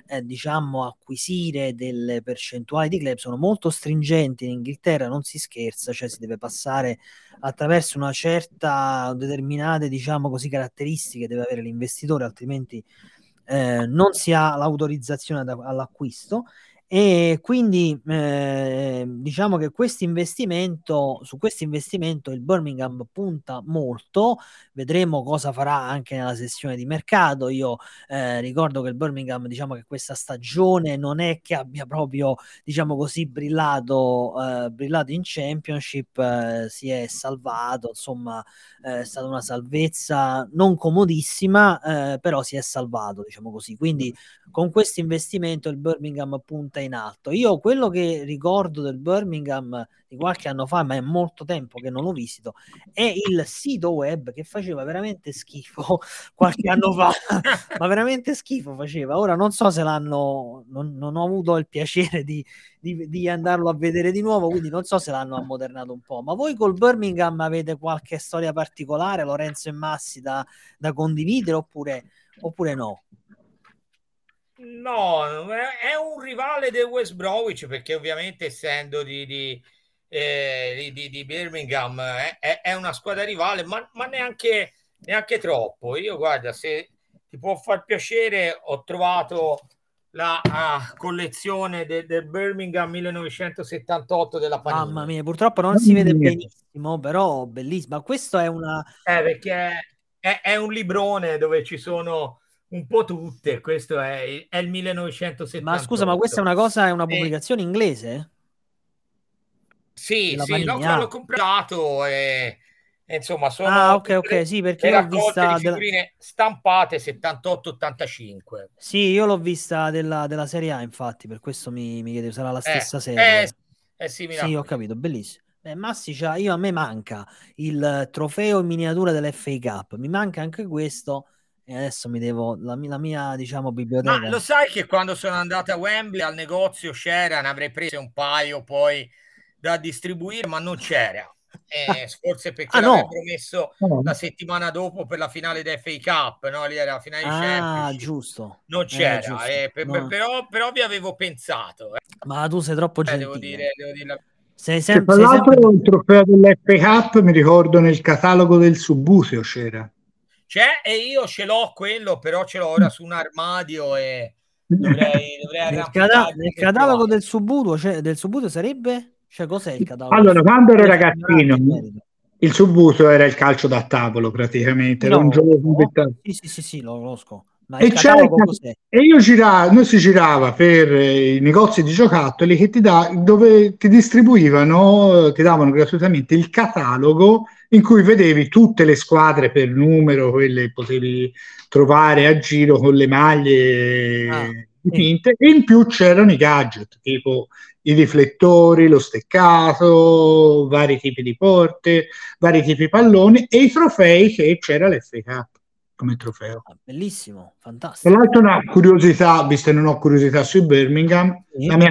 acquisire delle percentuali di club sono molto stringenti in Inghilterra, non si scherza, cioè si deve passare attraverso una certa determinate caratteristiche deve avere l'investitore, altrimenti non si ha l'autorizzazione all'acquisto. E quindi diciamo che su questo investimento il Birmingham punta molto. Vedremo cosa farà anche nella sessione di mercato. Io ricordo che il Birmingham, diciamo che questa stagione non è che abbia proprio, diciamo così, brillato in Championship, si è salvato, insomma è stata una salvezza non comodissima, però si è salvato, diciamo così. Quindi con questo investimento il Birmingham punta in alto. Io quello che ricordo del Birmingham di qualche anno fa, ma è molto tempo che non lo visito, è il sito web che faceva veramente schifo qualche anno fa, ma veramente schifo faceva. Ora non so se non ho avuto il piacere di andarlo a vedere di nuovo, quindi non so se l'hanno ammodernato un po'. Ma voi col Birmingham avete qualche storia particolare, Lorenzo e Massi, da condividere oppure no? No, è un rivale del West Bromwich, perché ovviamente essendo di Birmingham è una squadra rivale, ma neanche troppo. Io, guarda, se ti può far piacere, ho trovato la collezione del Birmingham 1978 della Panini. Mamma mia, purtroppo non si vede benissimo, però bellissima. Questo è una... perché è un librone dove ci sono un po' tutte. Questo è il 1978. Ma scusa, ma questa è una cosa, è una pubblicazione inglese? Sì, Della Panini, l'ho comprato e insomma Ah, sono ok, sì, perché le io l'ho raccolte vista di figurine stampate 78-85. Sì, io l'ho vista della Serie A, infatti, per questo mi chiedevo, sarà la stessa È serie. simile Sì, a ho quello. capito, bellissimo. Massi, a me manca il trofeo in miniatura dell'FA Cup, mi manca anche questo e adesso mi devo, la mia, diciamo, Ma biblioteca. lo sai che quando sono andato a Wembley al negozio c'era, ne avrei preso un paio poi da distribuire, ma non c'era. Forse perché No. l'avrebbero messo la settimana dopo per la finale di FA Cup, no? Lì era la finale di Championship. Giusto. Non c'era, Giusto. No. però vi avevo pensato. Ma tu sei troppo Devo gentile. dire Sei Che tra sei sempre... l'altro il trofeo dell'FA Cup mi ricordo nel catalogo del Subbuteo c'era. C'è e io ce l'ho quello, però ce l'ho ora su un armadio e dovrei arrampicarmi Nel per catalogo trovare. del Subbuteo sarebbe? Cioè, cos'è il catalogo del Allora, Subbuteo? quando ero Io sono ignorante ragazzino, in merito. il Subbuteo era il calcio da tavolo praticamente, era un No, gioco no. spettacolo. Sì, lo conosco. Ma il E catalogo cos'è? noi si girava per i negozi di giocattoli dove ti distribuivano, ti davano gratuitamente il catalogo in cui vedevi tutte le squadre per numero, quelle potevi trovare a giro con le maglie dipinte, e in più c'erano i gadget, tipo i riflettori, lo steccato, vari tipi di porte, vari tipi di palloni e i trofei che c'era l'FA Cup come trofeo. Bellissimo, Tra fantastico. l'altro una curiosità, visto che non ho curiosità sui Birmingham, Sì. la mia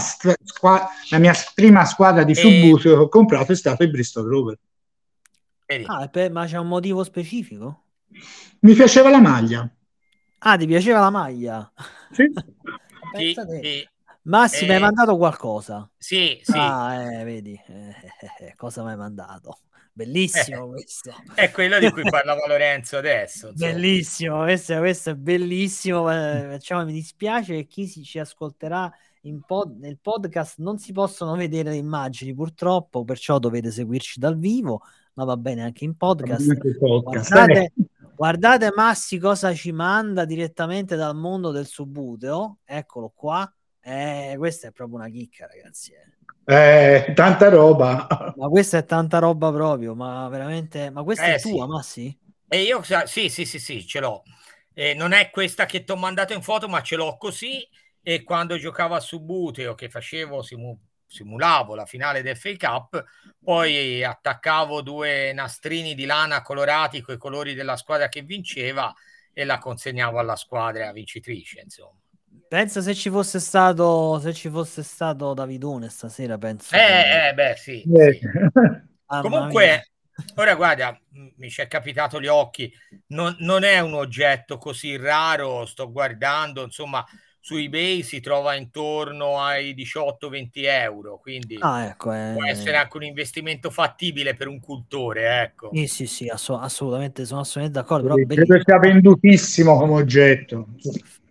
prima squadra di Subbuteo che ho comprato è stato il Bristol Rovers. Ma c'è un motivo specifico? Mi piaceva la maglia. Ah, ti piaceva la maglia? Sì. Pensa te. Massi, mi hai mandato qualcosa? Sì. Vedi, cosa mi hai mandato? Bellissimo questo. È quello di cui parlava Lorenzo adesso. Insomma. Bellissimo, questo è bellissimo. Mi dispiace che chi ci ascolterà nel podcast non si possono vedere le immagini, purtroppo, perciò dovete seguirci dal vivo, ma va bene anche in podcast. Guardate Massi cosa ci manda direttamente dal mondo del Subbuteo. Eccolo qua. Questa è proprio una chicca, ragazzi. Tanta roba. Ma questa è tanta roba proprio, ma veramente. Ma questa è tua, sì. Massi? E io sì, ce l'ho. Non è questa che ti ho mandato in foto, ma ce l'ho così. E quando giocavo a Subbuteo, che facevo simulavo la finale del FA Cup, poi attaccavo 2 nastrini di lana colorati con i colori della squadra che vinceva e la consegnavo alla squadra vincitrice, insomma. Pensa se ci fosse stato Davidone stasera, penso. Sì. Comunque, ora guarda, mi ci è capitato gli occhi, non è un oggetto così raro, sto guardando, insomma, su eBay si trova intorno ai 18-20 euro, quindi ecco, può essere anche un investimento fattibile per un cultore, ecco. Sì, assolutamente, sono assolutamente d'accordo. Però credo sia vendutissimo come oggetto.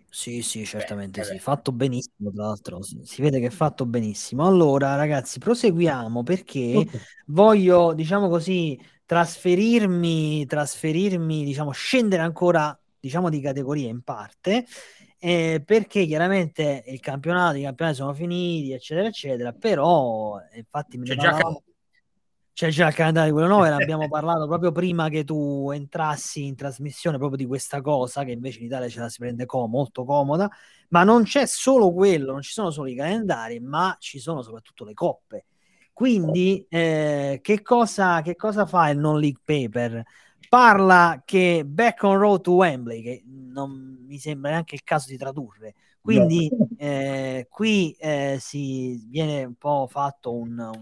Sì, certamente sì, fatto benissimo, tra l'altro, si vede che è fatto benissimo. Allora, ragazzi, proseguiamo perché voglio, diciamo così, trasferirmi, diciamo, scendere ancora, diciamo, di categoria in parte, perché chiaramente i campionati sono finiti, eccetera, eccetera, però, infatti me ne C'è già parlavamo. C'è già il calendario di quello 9, ne abbiamo parlato proprio prima che tu entrassi in trasmissione proprio di questa cosa, che invece in Italia ce la si prende molto comoda, ma non c'è solo quello, non ci sono solo i calendari, ma ci sono soprattutto le coppe. Quindi che cosa fa il non league paper? Parla che back on road to Wembley, che non mi sembra neanche il caso di tradurre, quindi qui si viene un po' fatto un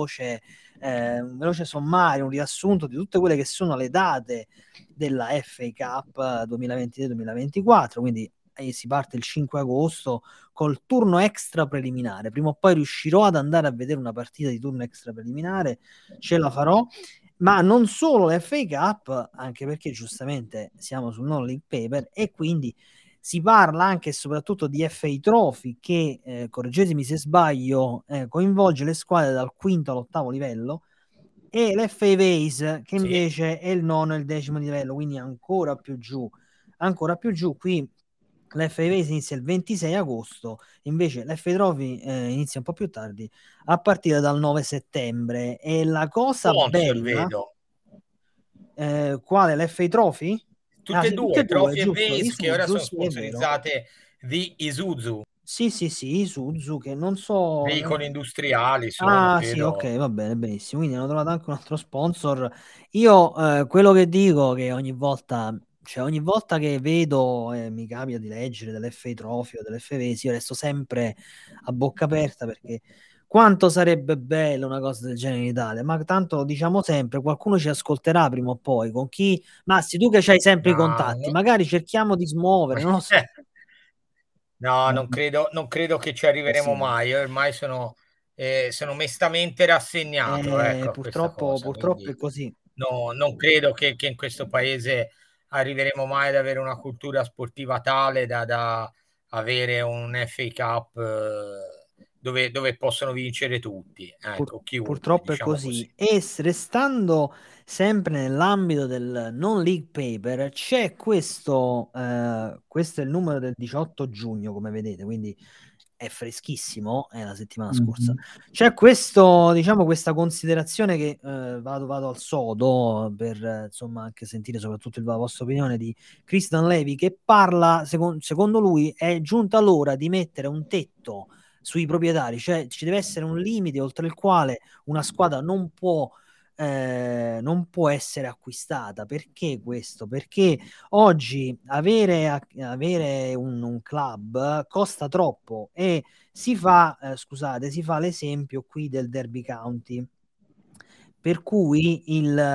veloce sommario, un riassunto di tutte quelle che sono le date della FA Cup 2023-2024, quindi si parte il 5 agosto col turno extra preliminare. Prima o poi riuscirò ad andare a vedere una partita di turno extra preliminare, ce la farò. Ma non solo l'FA Cup, anche perché giustamente siamo sul non league paper e quindi si parla anche e soprattutto di FA Trophy che, correggetemi se sbaglio, coinvolge le squadre dal quinto all'ottavo livello, e l'FA Vase che invece è il nono e il decimo livello, quindi ancora più giù. Qui l'FA Vase inizia il 26 agosto, invece l'FA Trophy inizia un po' più tardi, a partire dal 9 settembre. E la cosa bella... vedo. Quale? L'FA Trophy? Tutte e due, Trophy e giusto, Vase, che ora sono sì, sponsorizzate di Isuzu. Sì, Isuzu, che non so... Veicoli industriali sono, sì, credo. ok, va bene, benissimo. Quindi hanno trovato anche un altro sponsor. Io quello che dico che ogni volta che vedo e mi capita di leggere dell'FA Trophy o dell'FVS, io resto sempre a bocca aperta, perché quanto sarebbe bello una cosa del genere in Italia, ma tanto lo diciamo sempre, qualcuno ci ascolterà prima o poi. Con chi? Massi, tu che c'hai sempre i contatti, magari cerchiamo di smuovere, non lo so. No, non credo che ci arriveremo mai. Ormai sono mestamente rassegnato, ecco, a questa cosa. Purtroppo Quindi, è così. no, non credo che in questo paese arriveremo mai ad avere una cultura sportiva tale da avere un FA Cup dove possono vincere tutti. Ecco, chiunque, Purtroppo è diciamo così. E restando sempre nell'ambito del non league paper, c'è questo è il numero del 18 giugno, come vedete, quindi è freschissimo, è la settimana scorsa. C'è diciamo, questa considerazione che vado al sodo per insomma anche sentire soprattutto la vostra opinione, di Christian Levy, che parla, secondo lui è giunta l'ora di mettere un tetto sui proprietari, cioè ci deve essere un limite oltre il quale una squadra non può essere acquistata. Perché questo? Perché oggi avere un club costa troppo, e si fa l'esempio qui del Derby County, per cui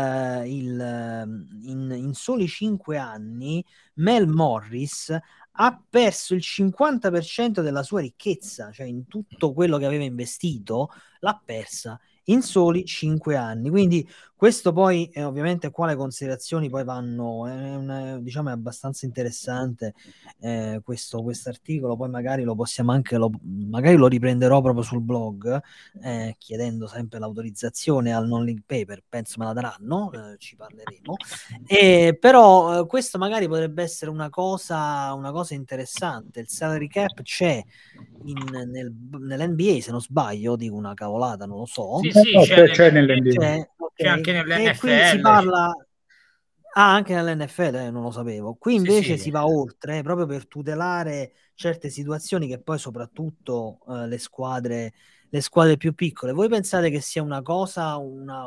in soli 5 anni Mel Morris ha perso il 50% della sua ricchezza, cioè in tutto quello che aveva investito l'ha persa in soli 5 anni. Quindi questo poi ovviamente quale considerazioni poi vanno, diciamo è abbastanza interessante questo articolo, poi magari lo possiamo anche magari lo riprenderò proprio sul blog, chiedendo sempre l'autorizzazione al non link paper, penso me la daranno, ci parleremo. Però questo magari potrebbe essere una cosa interessante. Il salary cap c'è nell'NBA, se non sbaglio, dico una cavolata, non lo so. C'è nell'NBA. C'è anche nell'NFL. E qui si parla anche nell'NFL, non lo sapevo. Qui invece si va oltre, proprio per tutelare certe situazioni, che poi soprattutto le squadre più piccole. Voi pensate che sia una cosa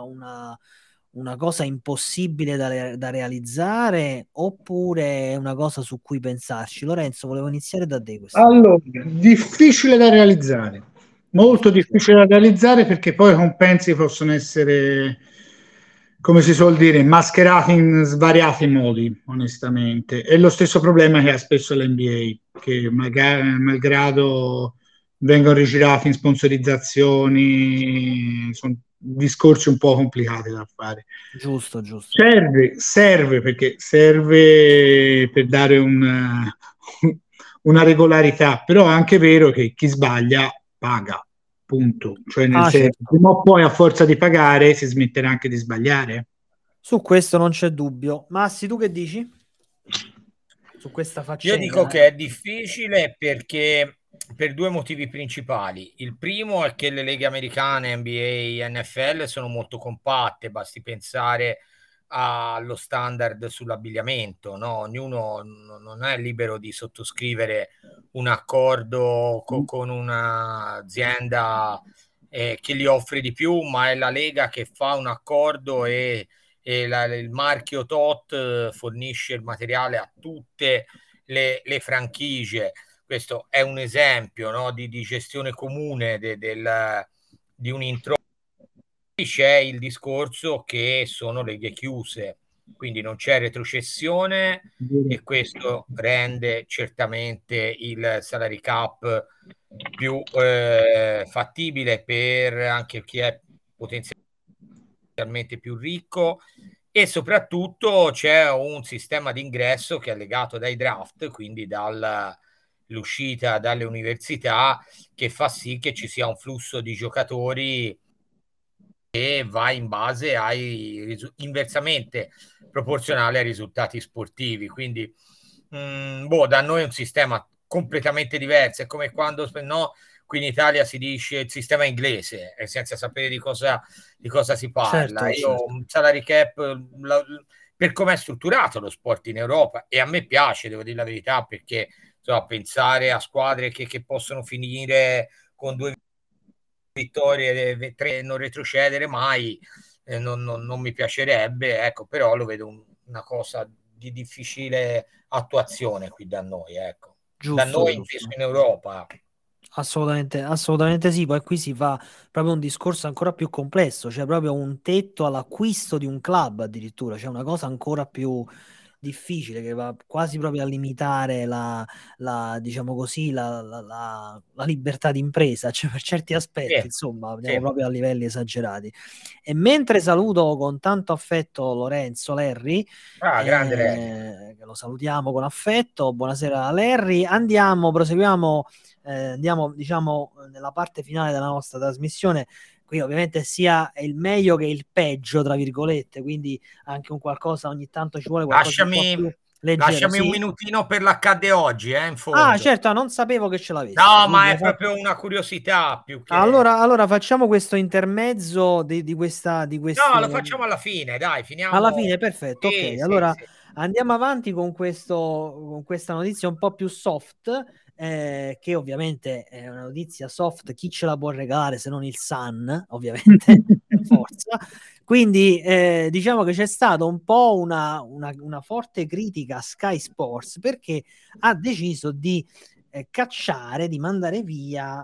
impossibile da realizzare, oppure è una cosa su cui pensarci? Lorenzo, volevo iniziare da te. Allora, difficile da realizzare, molto difficile da realizzare, perché poi i compensi possono essere, come si suol dire, mascherati in svariati modi, onestamente. È lo stesso problema che ha spesso l'NBA, che magari, malgrado vengono rigirati in sponsorizzazioni, sono discorsi un po' complicati da fare. Giusto. Serve, perché serve per dare una regolarità, però è anche vero che chi sbaglia paga, punto. Cioè nel senso, certo. prima o poi a forza di pagare si smetterà anche di sbagliare. Su questo non c'è dubbio. Massi, tu che dici? Su questa Io dico faccenda? che è difficile perché per due motivi principali. Il primo è che le leghe americane, NBA, NFL, sono molto compatte, basti pensare allo standard sull'abbigliamento, no? Ognuno non è libero di sottoscrivere un accordo con un'azienda che gli offre di più, ma è la lega che fa un accordo e il marchio TOT fornisce il materiale a tutte le franchigie. Questo è un esempio, no, di gestione comune di un introito. C'è il discorso che sono leghe chiuse, quindi non c'è retrocessione e questo rende certamente il salary cap più fattibile per anche chi è potenzialmente più ricco, e soprattutto c'è un sistema di ingresso che è legato dai draft, quindi dall'uscita dalle università, che fa sì che ci sia un flusso di giocatori che va in base inversamente proporzionale ai risultati sportivi. Quindi da noi è un sistema completamente diverso, è come quando no, qui in Italia si dice il sistema inglese, senza sapere di cosa si parla. Certo, Io certo. un salary cap per come è strutturato lo sport in Europa, e a me piace, devo dire la verità, perché pensare a squadre che possono finire con 2 vittorie, 3, non retrocedere mai, non mi piacerebbe, ecco, però lo vedo una cosa di difficile attuazione qui da noi, ecco. Da Giusto, noi inteso giusto. in Europa. Assolutamente, assolutamente sì. Poi qui si fa proprio un discorso ancora più complesso, c'è proprio un tetto all'acquisto di un club addirittura, c'è una cosa ancora più difficile che va quasi proprio a limitare diciamo così, la libertà di impresa, cioè per certi aspetti, Sì, insomma, andiamo sì. proprio a livelli esagerati. E mentre saluto con tanto affetto Lorenzo Lerri, Grande Larry. che lo salutiamo con affetto, buonasera Larry, proseguiamo, andiamo diciamo nella parte finale della nostra trasmissione. Qui ovviamente sia il meglio che il peggio, tra virgolette, quindi anche un qualcosa, ogni tanto ci vuole qualcosa di un po' più leggero, Lasciami un sì? minutino per l'accadde oggi, in Ah, fondo. certo, non sapevo che ce l'avessi, No, quindi ma hai è fatto... proprio una curiosità più che... Allora facciamo questo intermezzo di questa, di No, lo questo... facciamo alla fine, dai, Alla finiamo... fine, perfetto, ok. Sì, sì, Allora sì. andiamo avanti con con questa notizia un po' più soft, che ovviamente è una notizia soft, chi ce la può regalare se non il Sun, ovviamente, per forza. Quindi diciamo che c'è stata un po' una forte critica a Sky Sports perché ha deciso di cacciare, di mandare via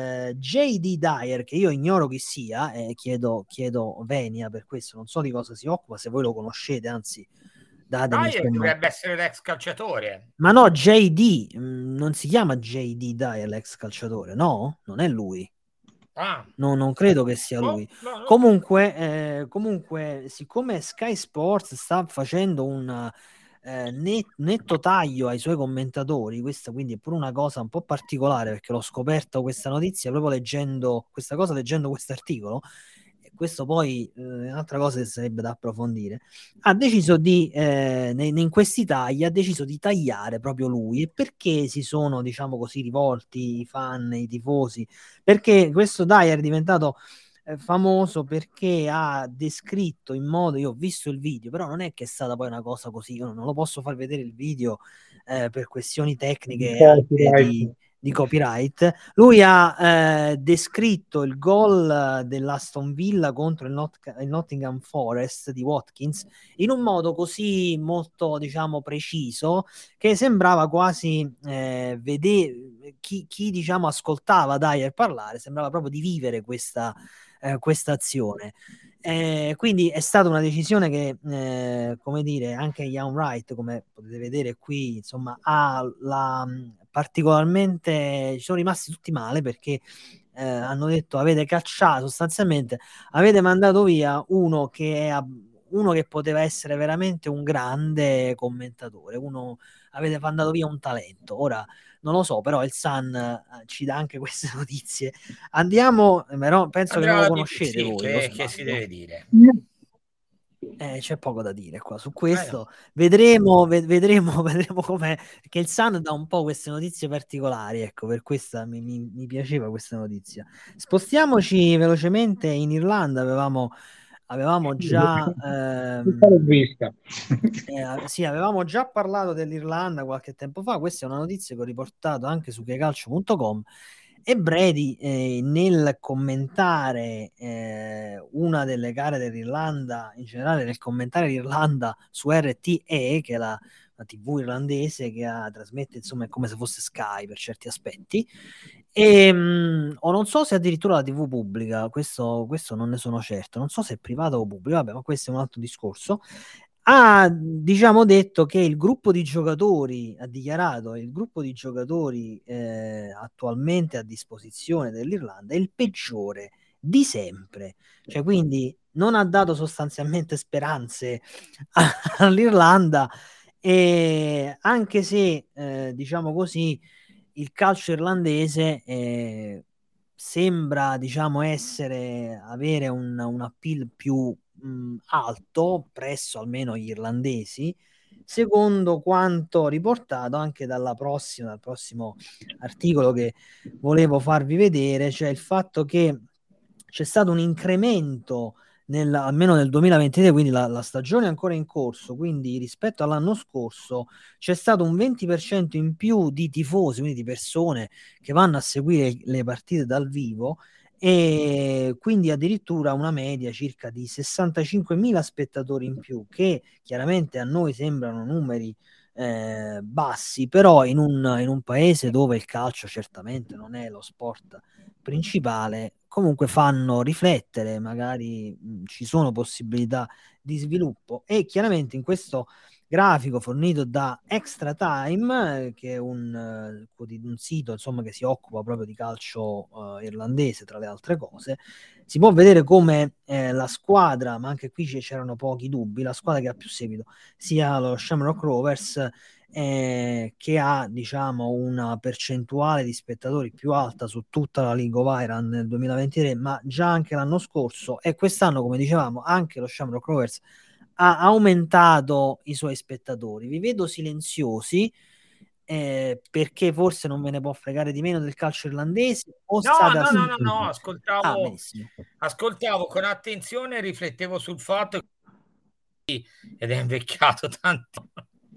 JD Dyer, che io ignoro chi sia, chiedo Venia per questo, non so di cosa si occupa, se voi lo conoscete, anzi datemi Dai, insomma. dovrebbe essere l'ex calciatore. Ma no, JD, non si chiama JD Dyer l'ex calciatore, no? Non è lui. Ah, No, non credo che sia lui. no, no. Comunque, siccome Sky Sports sta facendo un netto taglio ai suoi commentatori, questa quindi è pure una cosa un po' particolare perché l'ho scoperto questa notizia proprio leggendo questa cosa, leggendo questo articolo. E questo poi è un'altra cosa che sarebbe da approfondire. Ha deciso in questi tagli, ha deciso di tagliare proprio lui. E perché si sono, diciamo così, rivolti i fan, i tifosi? Perché questo Dyer è diventato famoso perché ha descritto in modo, io ho visto il video, però non è che è stata poi una cosa così, io non lo posso far vedere il video per questioni tecniche e anche di copyright. Lui ha descritto il gol dell'Aston Villa contro il Nottingham Forest di Watkins in un modo così molto, diciamo, preciso che sembrava quasi vedere chi diciamo ascoltava Dyer parlare, sembrava proprio di vivere questa azione. Quindi è stata una decisione che, come dire, anche Young Wright, come potete vedere qui, insomma, particolarmente ci sono rimasti tutti male perché hanno detto avete cacciato, sostanzialmente avete mandato via uno che poteva essere veramente un grande commentatore, avete mandato via un talento. Ora non lo so, però il Sun ci dà anche queste notizie. Andiamo, però penso che non lo conoscete voi. Che si deve dire? C'è poco da dire qua su questo. Vedremo come, che il Sun dà un po' queste notizie particolari, ecco, per questa mi piaceva questa notizia. Spostiamoci velocemente in Irlanda. Avevamo già sì, avevamo già parlato dell'Irlanda qualche tempo fa. Questa è una notizia che ho riportato anche su checalcio.com. E Brady, nel commentare una delle gare dell'Irlanda, in generale nel commentare l'Irlanda su RTE, che è la TV irlandese che trasmette, insomma, è come se fosse Sky per certi aspetti, o non so se addirittura la TV pubblica, questo non ne sono certo, non so se è privata o pubblica, vabbè, ma questo è un altro discorso. Ha, diciamo, detto che il gruppo di giocatori, ha dichiarato il gruppo di giocatori attualmente a disposizione dell'Irlanda è il peggiore di sempre, cioè quindi non ha dato sostanzialmente speranze all'Irlanda, e anche se diciamo così il calcio irlandese sembra, diciamo, avere un appeal più alto presso almeno gli irlandesi, secondo quanto riportato anche dal prossimo articolo che volevo farvi vedere, cioè il fatto che c'è stato un incremento almeno nel 2023, quindi la stagione è ancora in corso, quindi rispetto all'anno scorso c'è stato un 20% in più di tifosi, quindi di persone che vanno a seguire le partite dal vivo, e quindi addirittura una media circa di 65.000 spettatori in più, che chiaramente a noi sembrano numeri bassi, però in un paese dove il calcio certamente non è lo sport principale, comunque fanno riflettere, magari ci sono possibilità di sviluppo. E chiaramente in questo grafico fornito da Extra Time, che è un sito, insomma, che si occupa proprio di calcio irlandese, tra le altre cose, si può vedere come la squadra, ma anche qui c'erano pochi dubbi, la squadra che ha più seguito sia lo Shamrock Rovers, che ha, diciamo, una percentuale di spettatori più alta su tutta la League of Ireland nel 2023, ma già anche l'anno scorso, e quest'anno, come dicevamo, anche lo Shamrock Rovers ha aumentato i suoi spettatori. Vi vedo silenziosi, perché forse non ve ne può fregare di meno del calcio irlandese, o no, ascoltavo con attenzione e riflettevo sul fatto che ed è invecchiato tanto.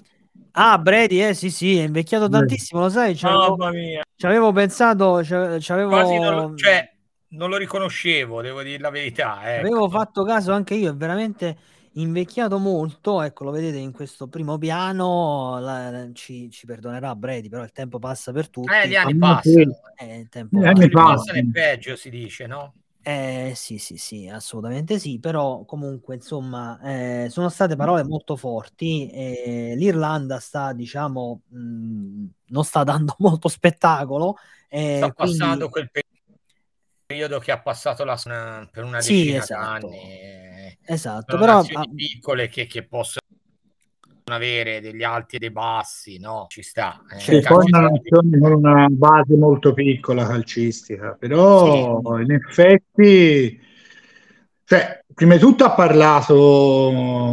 Brady, sì, è invecchiato tantissimo, lo sai? Mamma mia. Ci avevo pensato, quasi non lo riconoscevo, devo dire la verità. Avevo fatto caso anche io, è veramente invecchiato molto, ecco, lo vedete in questo primo piano, ci perdonerà Brady, però il tempo passa per tutti. Gli anni passano. Il tempo passa è peggio, si dice, no? Sì, assolutamente sì, però comunque, insomma, sono state parole molto forti. L'Irlanda sta, diciamo, non sta dando molto spettacolo. Sta passando quel periodo che ha passato per una decina d'anni. Esatto, sono però nazioni piccole che possono avere degli alti e dei bassi, no? Ci sta. Poi una nazione con una base molto piccola calcistica, però in effetti, cioè, prima di tutto ha parlato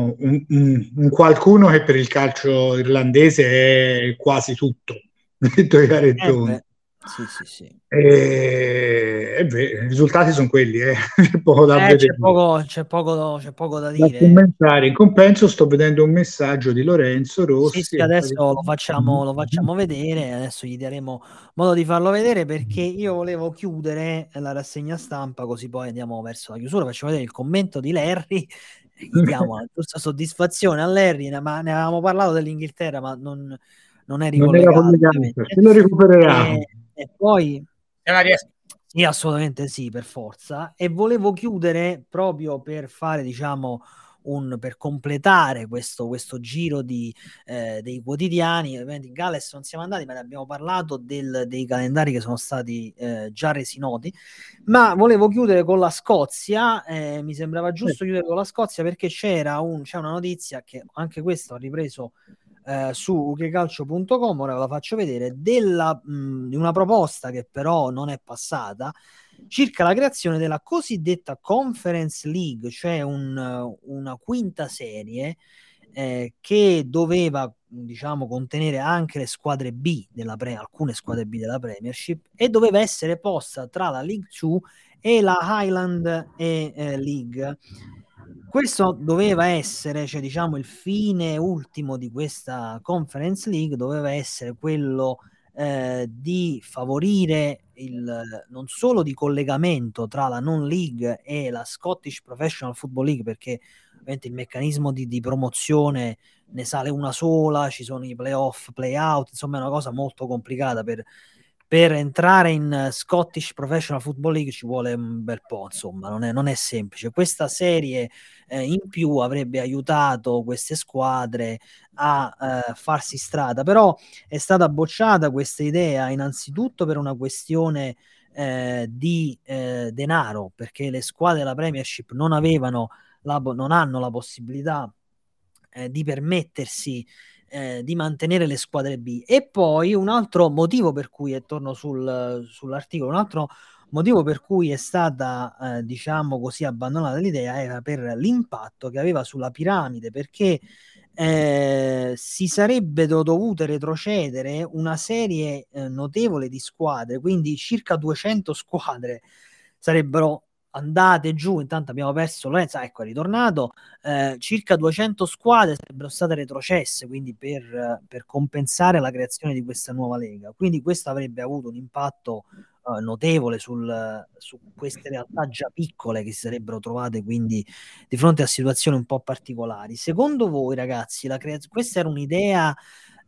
un qualcuno che per il calcio irlandese è quasi tutto, detto i Carettoni. Sì. I risultati sono quelli, c'è poco da vedere. C'è poco da dire. Da commentare. In compenso sto vedendo un messaggio di Lorenzo Rossi. Sì, adesso lo facciamo vedere, adesso gli daremo modo di farlo vedere, perché io volevo chiudere la rassegna stampa, così poi andiamo verso la chiusura. Facciamo vedere il commento di Larry, gli diamo la giusta soddisfazione a Larry, ma ne avevamo parlato dell'Inghilterra, ma non è ricollegato. Se lo recupererà. E poi sì, assolutamente sì, per forza. E volevo chiudere proprio per fare, diciamo, per completare questo giro dei quotidiani. In Galles non siamo andati, ma ne abbiamo parlato dei calendari che sono stati già resi noti. Ma volevo chiudere con la Scozia, mi sembrava giusto chiudere con la Scozia perché c'è una notizia che anche questa ho ripreso su ukecalcio.com, ora ve la faccio vedere, di una proposta che però non è passata, circa la creazione della cosiddetta Conference League, cioè una quinta serie che doveva, diciamo, contenere anche le squadre B alcune squadre B della Premiership, e doveva essere posta tra la League 2 e la Highland League. Questo doveva essere, cioè, diciamo, il fine ultimo di questa Conference League doveva essere quello di favorire non solo di collegamento tra la non-league e la Scottish Professional Football League, perché ovviamente il meccanismo di promozione ne sale una sola, ci sono i playoff, play-out, insomma è una cosa molto complicata. Per entrare in Scottish Professional Football League ci vuole un bel po', insomma, non è semplice. Questa serie in più avrebbe aiutato queste squadre a farsi strada, però è stata bocciata questa idea innanzitutto per una questione di denaro, perché le squadre della Premiership non hanno la possibilità di permettersi di mantenere le squadre B. E poi un altro motivo per cui, e torno sull'articolo, un altro motivo per cui è stata diciamo così abbandonata l'idea era per l'impatto che aveva sulla piramide, perché si sarebbero dovute retrocedere una serie notevole di squadre, quindi circa 200 squadre sarebbero andate giù. Intanto abbiamo perso Lorenzo, ecco, è ritornato. Circa 200 squadre sarebbero state retrocesse, quindi per compensare la creazione di questa nuova lega. Quindi questo avrebbe avuto un impatto notevole su queste realtà già piccole che si sarebbero trovate quindi di fronte a situazioni un po' particolari. Secondo voi, ragazzi, questa era un'idea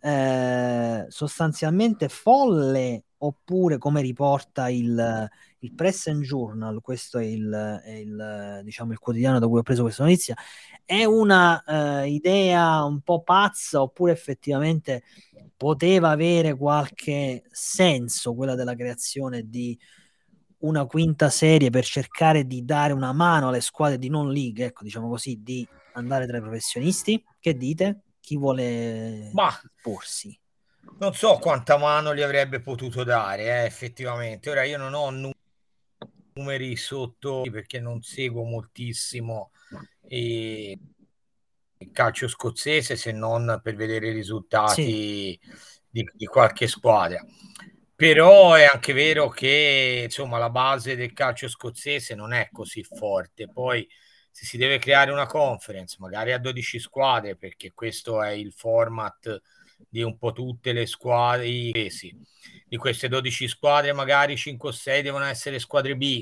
sostanzialmente folle, oppure, come riporta il Press and Journal, questo è diciamo il quotidiano da cui ho preso questa notizia, è una idea un po' pazza, oppure effettivamente poteva avere qualche senso quella della creazione di una quinta serie per cercare di dare una mano alle squadre di non league, ecco, diciamo così, di andare tra i professionisti? Che dite? Chi vuole porsi? Non so quanta mano gli avrebbe potuto dare, effettivamente. Ora io non ho numeri sotto perché non seguo moltissimo il calcio scozzese, se non per vedere i risultati di qualche squadra. Però è anche vero che insomma la base del calcio scozzese non è così forte. Poi se si deve creare una conference magari a 12 squadre, perché questo è il format di un po' tutte le squadre, di queste 12 squadre magari 5 o 6 devono essere squadre B,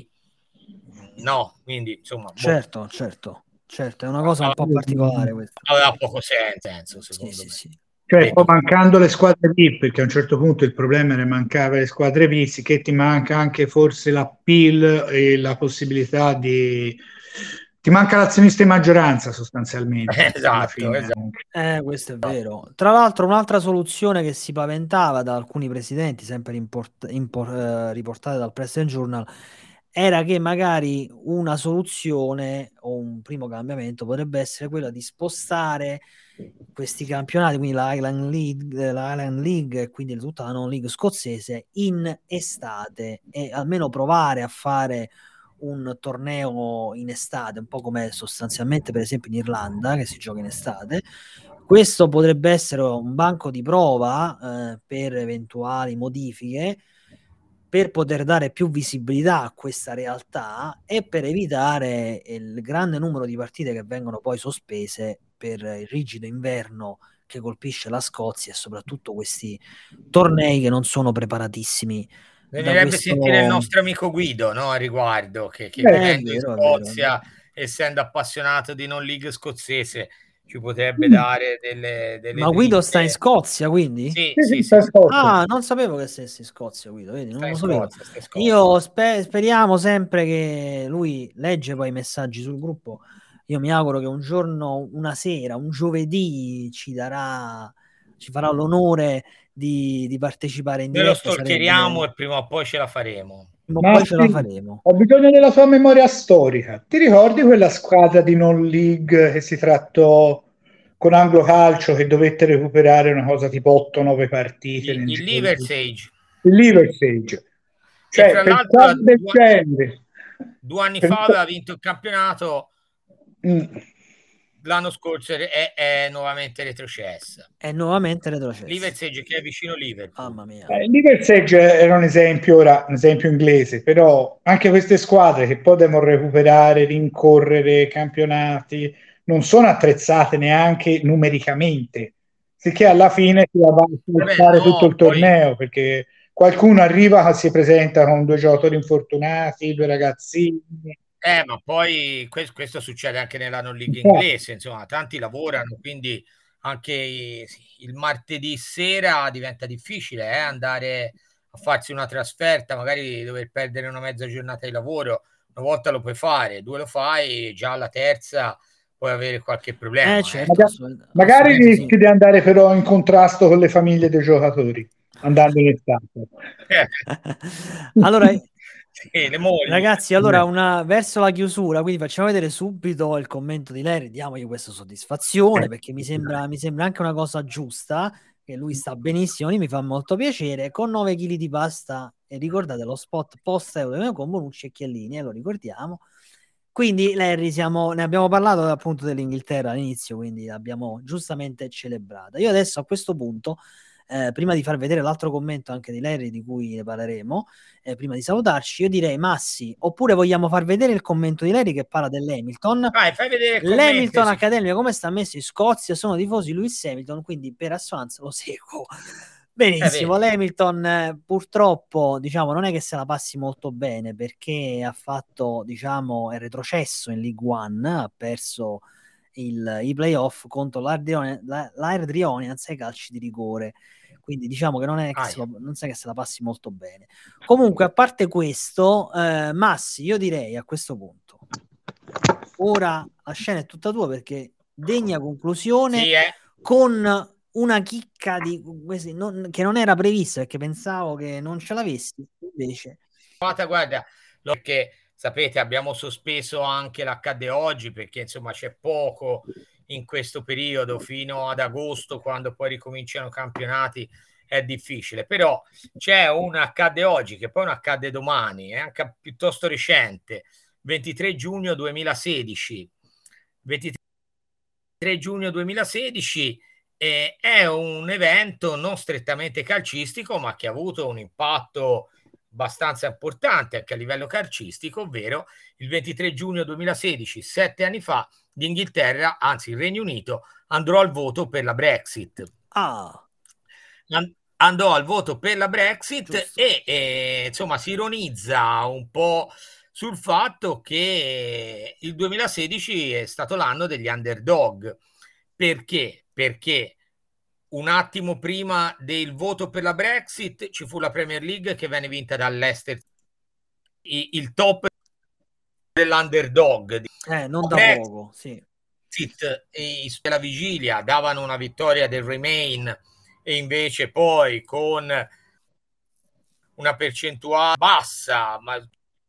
no, quindi insomma certo, è una cosa un po' particolare questa. Aveva poco senso secondo me. Sì. Cioè, poi mancando le squadre B, perché a un certo punto il problema era mancare le squadre B, che ti manca anche forse l'appeal e la possibilità ti manca l'azionista in maggioranza sostanzialmente. Esatto. Questo è vero. Tra l'altro un'altra soluzione che si paventava da alcuni presidenti, sempre riportate dal Press and Journal, era che magari una soluzione o un primo cambiamento potrebbe essere quella di spostare questi campionati, quindi la Highland League e quindi tutta la non league scozzese, in estate, e almeno provare a fare un torneo in estate, un po' come sostanzialmente per esempio in Irlanda, che si gioca in estate. Questo potrebbe essere un banco di prova per eventuali modifiche, per poter dare più visibilità a questa realtà e per evitare il grande numero di partite che vengono poi sospese per il rigido inverno che colpisce la Scozia, e soprattutto questi tornei che non sono preparatissimi. Bisognerebbe sentire il nostro amico Guido, no, a riguardo, che vivendo in Scozia, essendo appassionato di non league scozzese, ci potrebbe dare delle Ma Guido sta in Scozia, quindi? Sì. Ah, non sapevo che stessi in Scozia, Guido, vedi? Non lo sapevo. Scozia. Io speriamo sempre che lui legge poi i messaggi sul gruppo, io mi auguro che un giorno, una sera, un giovedì ci farà l'onore di partecipare in Noi lo diretta. stalkeriamo e prima o poi ce la faremo. Prima o Ma poi ce la sì, faremo. ho bisogno della tua memoria storica. Ti ricordi quella squadra di non league che si trattò con Anglo Calcio che dovette recuperare una cosa tipo 8-9 partite nel Il giro di... Liverpool, Il Liverpool. che Cioè, fra per l'altro squadre del genere. 2 anni per- fa aveva vinto il campionato, Mm. l'anno scorso è nuovamente retrocessa. È nuovamente retrocesso. Liverpool che è vicino Liverpool. Mamma mia. Il Liverpool era un esempio, ora, un esempio inglese, però anche queste squadre che poi devono recuperare, rincorrere campionati, non sono attrezzate neanche numericamente, sicché alla fine si va a Vabbè, fare tutto no, il poi torneo, perché qualcuno arriva, si presenta con 2 giocatori infortunati, 2 ragazzini. ma poi questo succede anche nella non league inglese, insomma, tanti lavorano, quindi anche il martedì sera diventa difficile andare a farsi una trasferta, magari dover perdere una mezza giornata di lavoro. Una volta lo puoi fare, 2 lo fai, già alla terza puoi avere qualche problema. Certo, Magari assolutamente sì. rischi di andare però in contrasto con le famiglie dei giocatori, andando in estate. Allora, Sì, le mogli. ragazzi, allora verso la chiusura, quindi facciamo vedere subito il commento di Larry, diamogli questa soddisfazione perché mi sembra anche una cosa giusta, che lui sta benissimo, mi fa molto piacere, con 9 kg di pasta, e ricordate lo spot post Euro con Bonucci e Chiellini, lo ricordiamo. Quindi Larry, ne abbiamo parlato appunto dell'Inghilterra all'inizio, quindi l'abbiamo giustamente celebrata. Io adesso a questo punto, prima di far vedere l'altro commento anche di Larry di cui ne parleremo, prima di salutarci, io direi Massi, oppure vogliamo far vedere il commento di Larry che parla dell'Hamilton. Vai, fai vedere il L'Hamilton commento, Academy, come sta messo in Scozia, sono tifosi Lewis Hamilton, quindi per assonanza lo seguo. Benissimo, l'Hamilton purtroppo diciamo non è che se la passi molto bene perché ha fatto è retrocesso in League One, ha perso i playoff contro l'Ardrionians ai calci di rigore, quindi diciamo che non è che non sai che se la passi molto bene. Comunque a parte questo, Massi, io direi a questo punto ora la scena è tutta tua perché degna conclusione con una chicca che non era prevista perché pensavo che non ce l'avessi, invece guarda, perché sapete abbiamo sospeso anche l'accadde oggi perché insomma c'è poco in questo periodo fino ad agosto, quando poi ricominciano i campionati è difficile, però c'è un accadde oggi che poi non accadde domani, è anche piuttosto recente, 23 giugno 2016 è un evento non strettamente calcistico ma che ha avuto un impatto abbastanza importante anche a livello calcistico, ovvero il 23 giugno 2016, 7 anni fa, l'Inghilterra, anzi il Regno Unito, andò al voto per la Brexit. Andò al voto per la Brexit e insomma si ironizza un po' sul fatto che il 2016 è stato l'anno degli underdog. Perché? Perché un attimo prima del voto per la Brexit ci fu la Premier League che venne vinta dall'Leicester, il top dell'underdog. Non da poco, sì. E la vigilia davano una vittoria del Remain e invece poi con una percentuale bassa, ma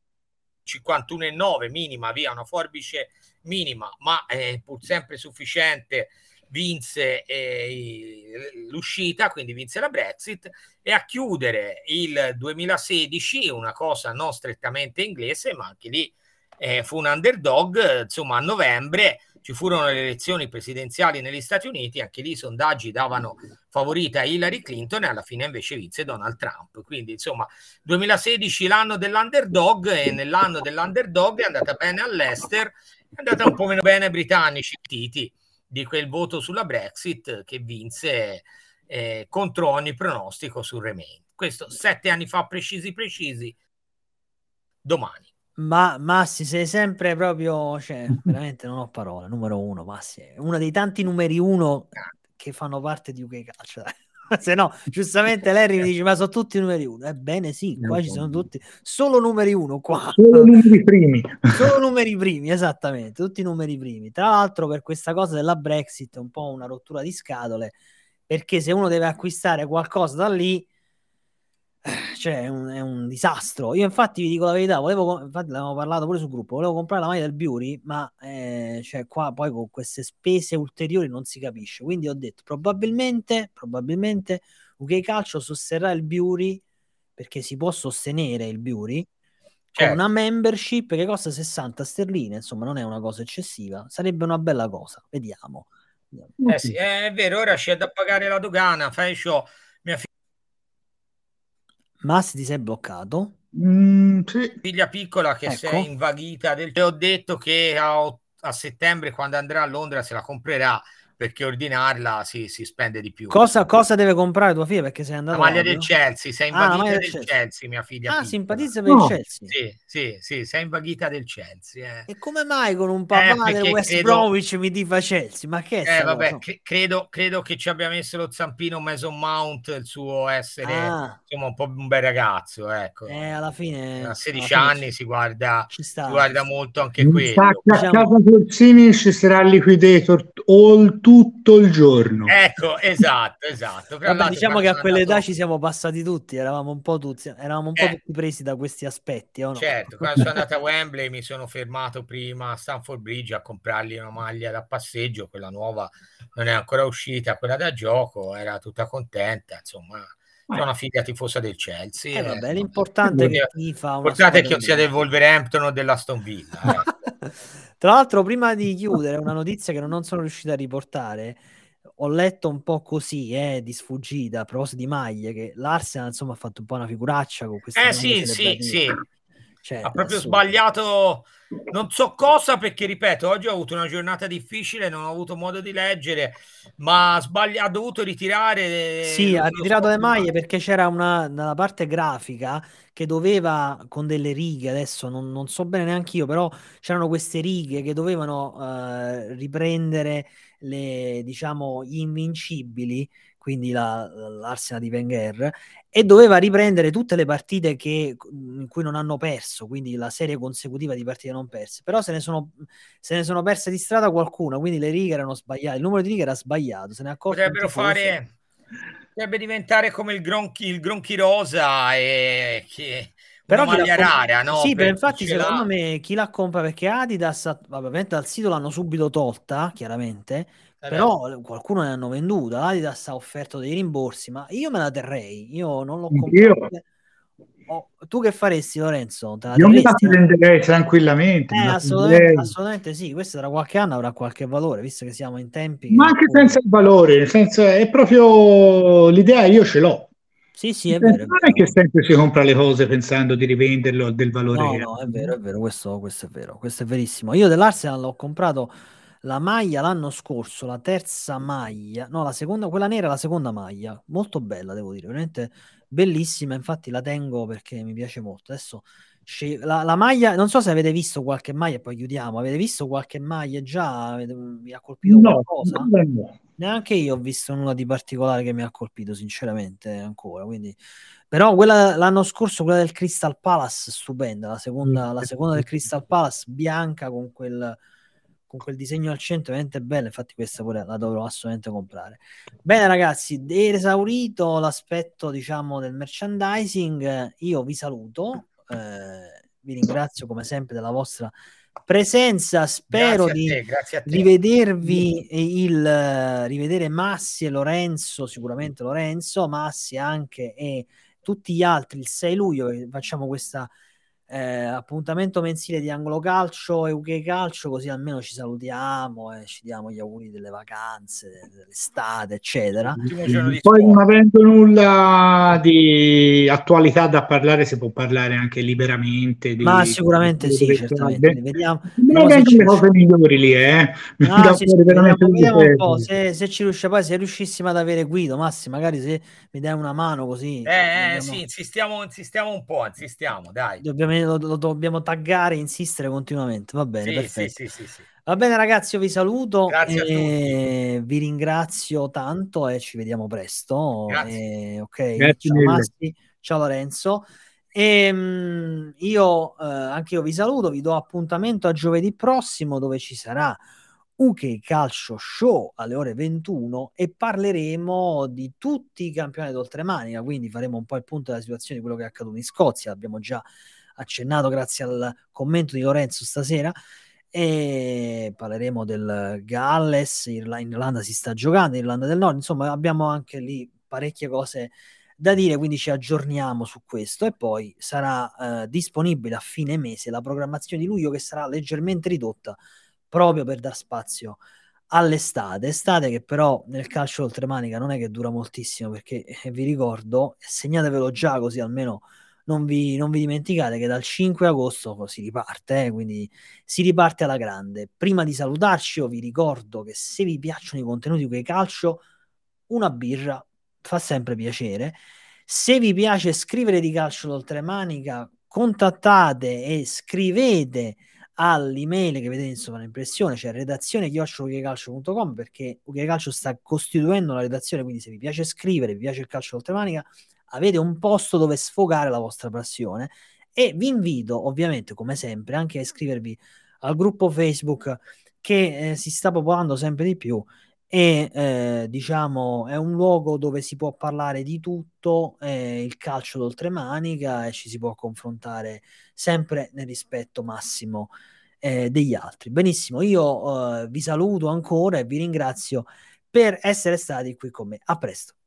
51,9 minima, via, una forbice minima, ma pur sempre sufficiente, vinse l'uscita, quindi vinse la Brexit, e a chiudere il 2016 una cosa non strettamente inglese, ma anche lì fu un underdog, insomma a novembre ci furono le elezioni presidenziali negli Stati Uniti, anche lì i sondaggi davano favorita Hillary Clinton e alla fine invece vinse Donald Trump. Quindi insomma 2016 l'anno dell'underdog, e nell'anno dell'underdog è andata bene all'Ester, è andata un po' meno bene ai britannici di quel voto sulla Brexit che vinse contro ogni pronostico sul Remain. Questo 7 anni fa precisi, domani. Ma Massi, sei sempre proprio, veramente non ho parole, numero uno, Massi, è uno dei tanti numeri uno che fanno parte di UK Calcio. Se no, giustamente Larry mi dice: ma sono tutti numeri uno. Ebbene sì, qua ci sono tutti solo numeri uno qua. Solo numeri primi. Solo numeri primi, esattamente, tutti numeri primi. Tra l'altro, per questa cosa della Brexit è un po' una rottura di scatole, perché se uno deve acquistare qualcosa da lì, cioè è un disastro. Io infatti vi dico la verità, infatti l'abbiamo parlato pure sul gruppo, volevo comprare la maglia del Beauty, ma cioè qua poi con queste spese ulteriori non si capisce. Quindi ho detto probabilmente UK Calcio sosterrà il Beauty, perché si può sostenere il Beauty con una membership che costa 60 sterline, insomma non è una cosa eccessiva, sarebbe una bella cosa, vediamo. Sì, è vero, ora c'è da pagare la dogana, fai show. Massi, ti sei bloccato? Sì. Figlia piccola che si è invaghita e ho detto che a settembre, quando andrà a Londra, se la comprerà, perché ordinarla si spende di più. Cosa deve comprare tua figlia? Perché sei andato la maglia del Chelsea, sei invaghita del Chelsea, mia figlia piccola. Simpatizza per il Chelsea? Sì, sei invaghita del Chelsea. E come mai con un papà del West Bromwich mi tifa Chelsea? Ma che è vabbè, credo che ci abbia messo lo zampino Mason Mount, il suo essere insomma un po' un bel ragazzo, ecco. Alla fine a 16 anni si guarda molto anche quello. A casa Torsini ci sarà il liquidator tutto il giorno. Ecco, esatto. Vabbè, diciamo che a quell'età ci siamo passati tutti, eravamo un po' tutti presi da questi aspetti. O no? Certo, quando sono andato a Wembley mi sono fermato prima a Stamford Bridge a comprargli una maglia da passeggio, quella nuova non è ancora uscita, quella da gioco, era tutta contenta, insomma. C'è una figlia tifosa del Chelsea. Vabbè, l'importante è che tifa una l'importante è che sia del Wolverhampton o dell'Aston Villa. Tra l'altro, prima di chiudere, una notizia che non sono riuscito a riportare, ho letto un po' così, di sfuggita, a proposito di maglie, che l'Arsenal insomma ha fatto un po' una figuraccia con questa sì. Cioè, ha proprio sbagliato non so cosa, perché ripeto, oggi ho avuto una giornata difficile, non ho avuto modo di leggere, ma ha dovuto ritirare. Sì, ha ritirato le maglie perché c'era nella parte grafica che doveva, con delle righe, adesso non so bene neanche io, però c'erano queste righe che dovevano riprendere diciamo, gli invincibili, quindi l'Arsenal di Wenger, e doveva riprendere tutte le partite in cui non hanno perso, quindi la serie consecutiva di partite non perse, però se ne sono perse di strada qualcuna, quindi le righe erano sbagliate, il numero di righe era sbagliato, se ne è accorto. Potrebbe diventare come il Gronchi rosa e però una maglia rara, no? Sì, infatti secondo me chi la compra, perché Adidas, ovviamente dal sito l'hanno subito tolta, chiaramente, però qualcuno ne hanno venduta, Adidas ha offerto dei rimborsi, ma io me la terrei, io non l'ho comprata. Tu che faresti, Lorenzo? Te la io me la prenderei tranquillamente. Assolutamente sì, questo tra qualche anno avrà qualche valore, visto che siamo in tempi... Ma anche senza il valore, nel senso è proprio l'idea, io ce l'ho. Sì, è vero. Non è che sempre si compra le cose pensando di rivenderlo del valore. No, è vero, questo è vero, questo è verissimo. Io dell'Arsenal ho comprato la maglia l'anno scorso, la terza maglia, no, la seconda, quella nera, la seconda maglia, molto bella, devo dire, veramente bellissima, infatti la tengo perché mi piace molto. Adesso la maglia, non so se avete visto qualche maglia, e poi chiudiamo, avete visto qualche maglia già? Vi ha colpito qualcosa? No. Neanche io ho visto nulla di particolare che mi ha colpito, sinceramente, ancora, quindi... Però quella l'anno scorso, quella del Crystal Palace, stupenda, la seconda del Crystal Palace, bianca con quel disegno al centro, veramente bella, infatti questa pure la dovrò assolutamente comprare. Bene ragazzi, esaurito l'aspetto, diciamo, del merchandising, io vi saluto, vi ringrazio come sempre della vostra presenza, spero di rivedervi rivedere Massi e Lorenzo, sicuramente Lorenzo, Massi anche e tutti gli altri il 6 luglio, facciamo questa appuntamento mensile di Angolo Calcio e UK Calcio, così almeno ci salutiamo e ci diamo gli auguri delle vacanze, dell'estate, eccetera. Poi non avendo nulla di attualità da parlare, si può parlare anche liberamente. Ma sicuramente sì, certamente. Vediamo le cose migliori lì, vediamo un po' se ci riusciamo, poi se riuscissimo ad avere Guido, Massi, magari se mi dai una mano così. Sì, insistiamo un po', dai. Ovviamente lo dobbiamo taggare, insistere continuamente. Va bene, Sì, perfetto. sì. Va bene, ragazzi, io vi saluto. Grazie a tutti. Vi ringrazio tanto e ci vediamo presto. Grazie. Ok, Grazie ciao mille. Massi, ciao Lorenzo. Io anche io vi saluto, vi do appuntamento a giovedì prossimo dove ci sarà UK Calcio Show alle ore 21 e parleremo di tutti i campionati d'oltremanica, quindi faremo un po' il punto della situazione di quello che è accaduto in Scozia, l'abbiamo già accennato grazie al commento di Lorenzo stasera, e parleremo del Galles, in Irlanda si sta giocando, in Irlanda del Nord, insomma abbiamo anche lì parecchie cose da dire, quindi ci aggiorniamo su questo e poi sarà disponibile a fine mese la programmazione di luglio che sarà leggermente ridotta proprio per dar spazio estate che però nel calcio oltremanica non è che dura moltissimo perché vi ricordo, segnatevelo già così almeno non vi dimenticate che dal 5 agosto si riparte, quindi si riparte alla grande. Prima di salutarci io vi ricordo che se vi piacciono i contenuti di quei calcio, una birra fa sempre piacere. Se vi piace scrivere di calcio d'oltremanica, contattate e scrivete all'email che vedete in sovraimpressione, cioè redazione@ughecalcio.com, perché Ughecalcio sta costituendo la redazione, quindi se vi piace scrivere, vi piace il calcio d'oltremanica, avete un posto dove sfogare la vostra passione e vi invito ovviamente come sempre anche a iscrivervi al gruppo Facebook che si sta popolando sempre di più e diciamo è un luogo dove si può parlare di tutto, il calcio d'oltremanica e ci si può confrontare sempre nel rispetto massimo degli altri. Benissimo, io vi saluto ancora e vi ringrazio per essere stati qui con me. A presto.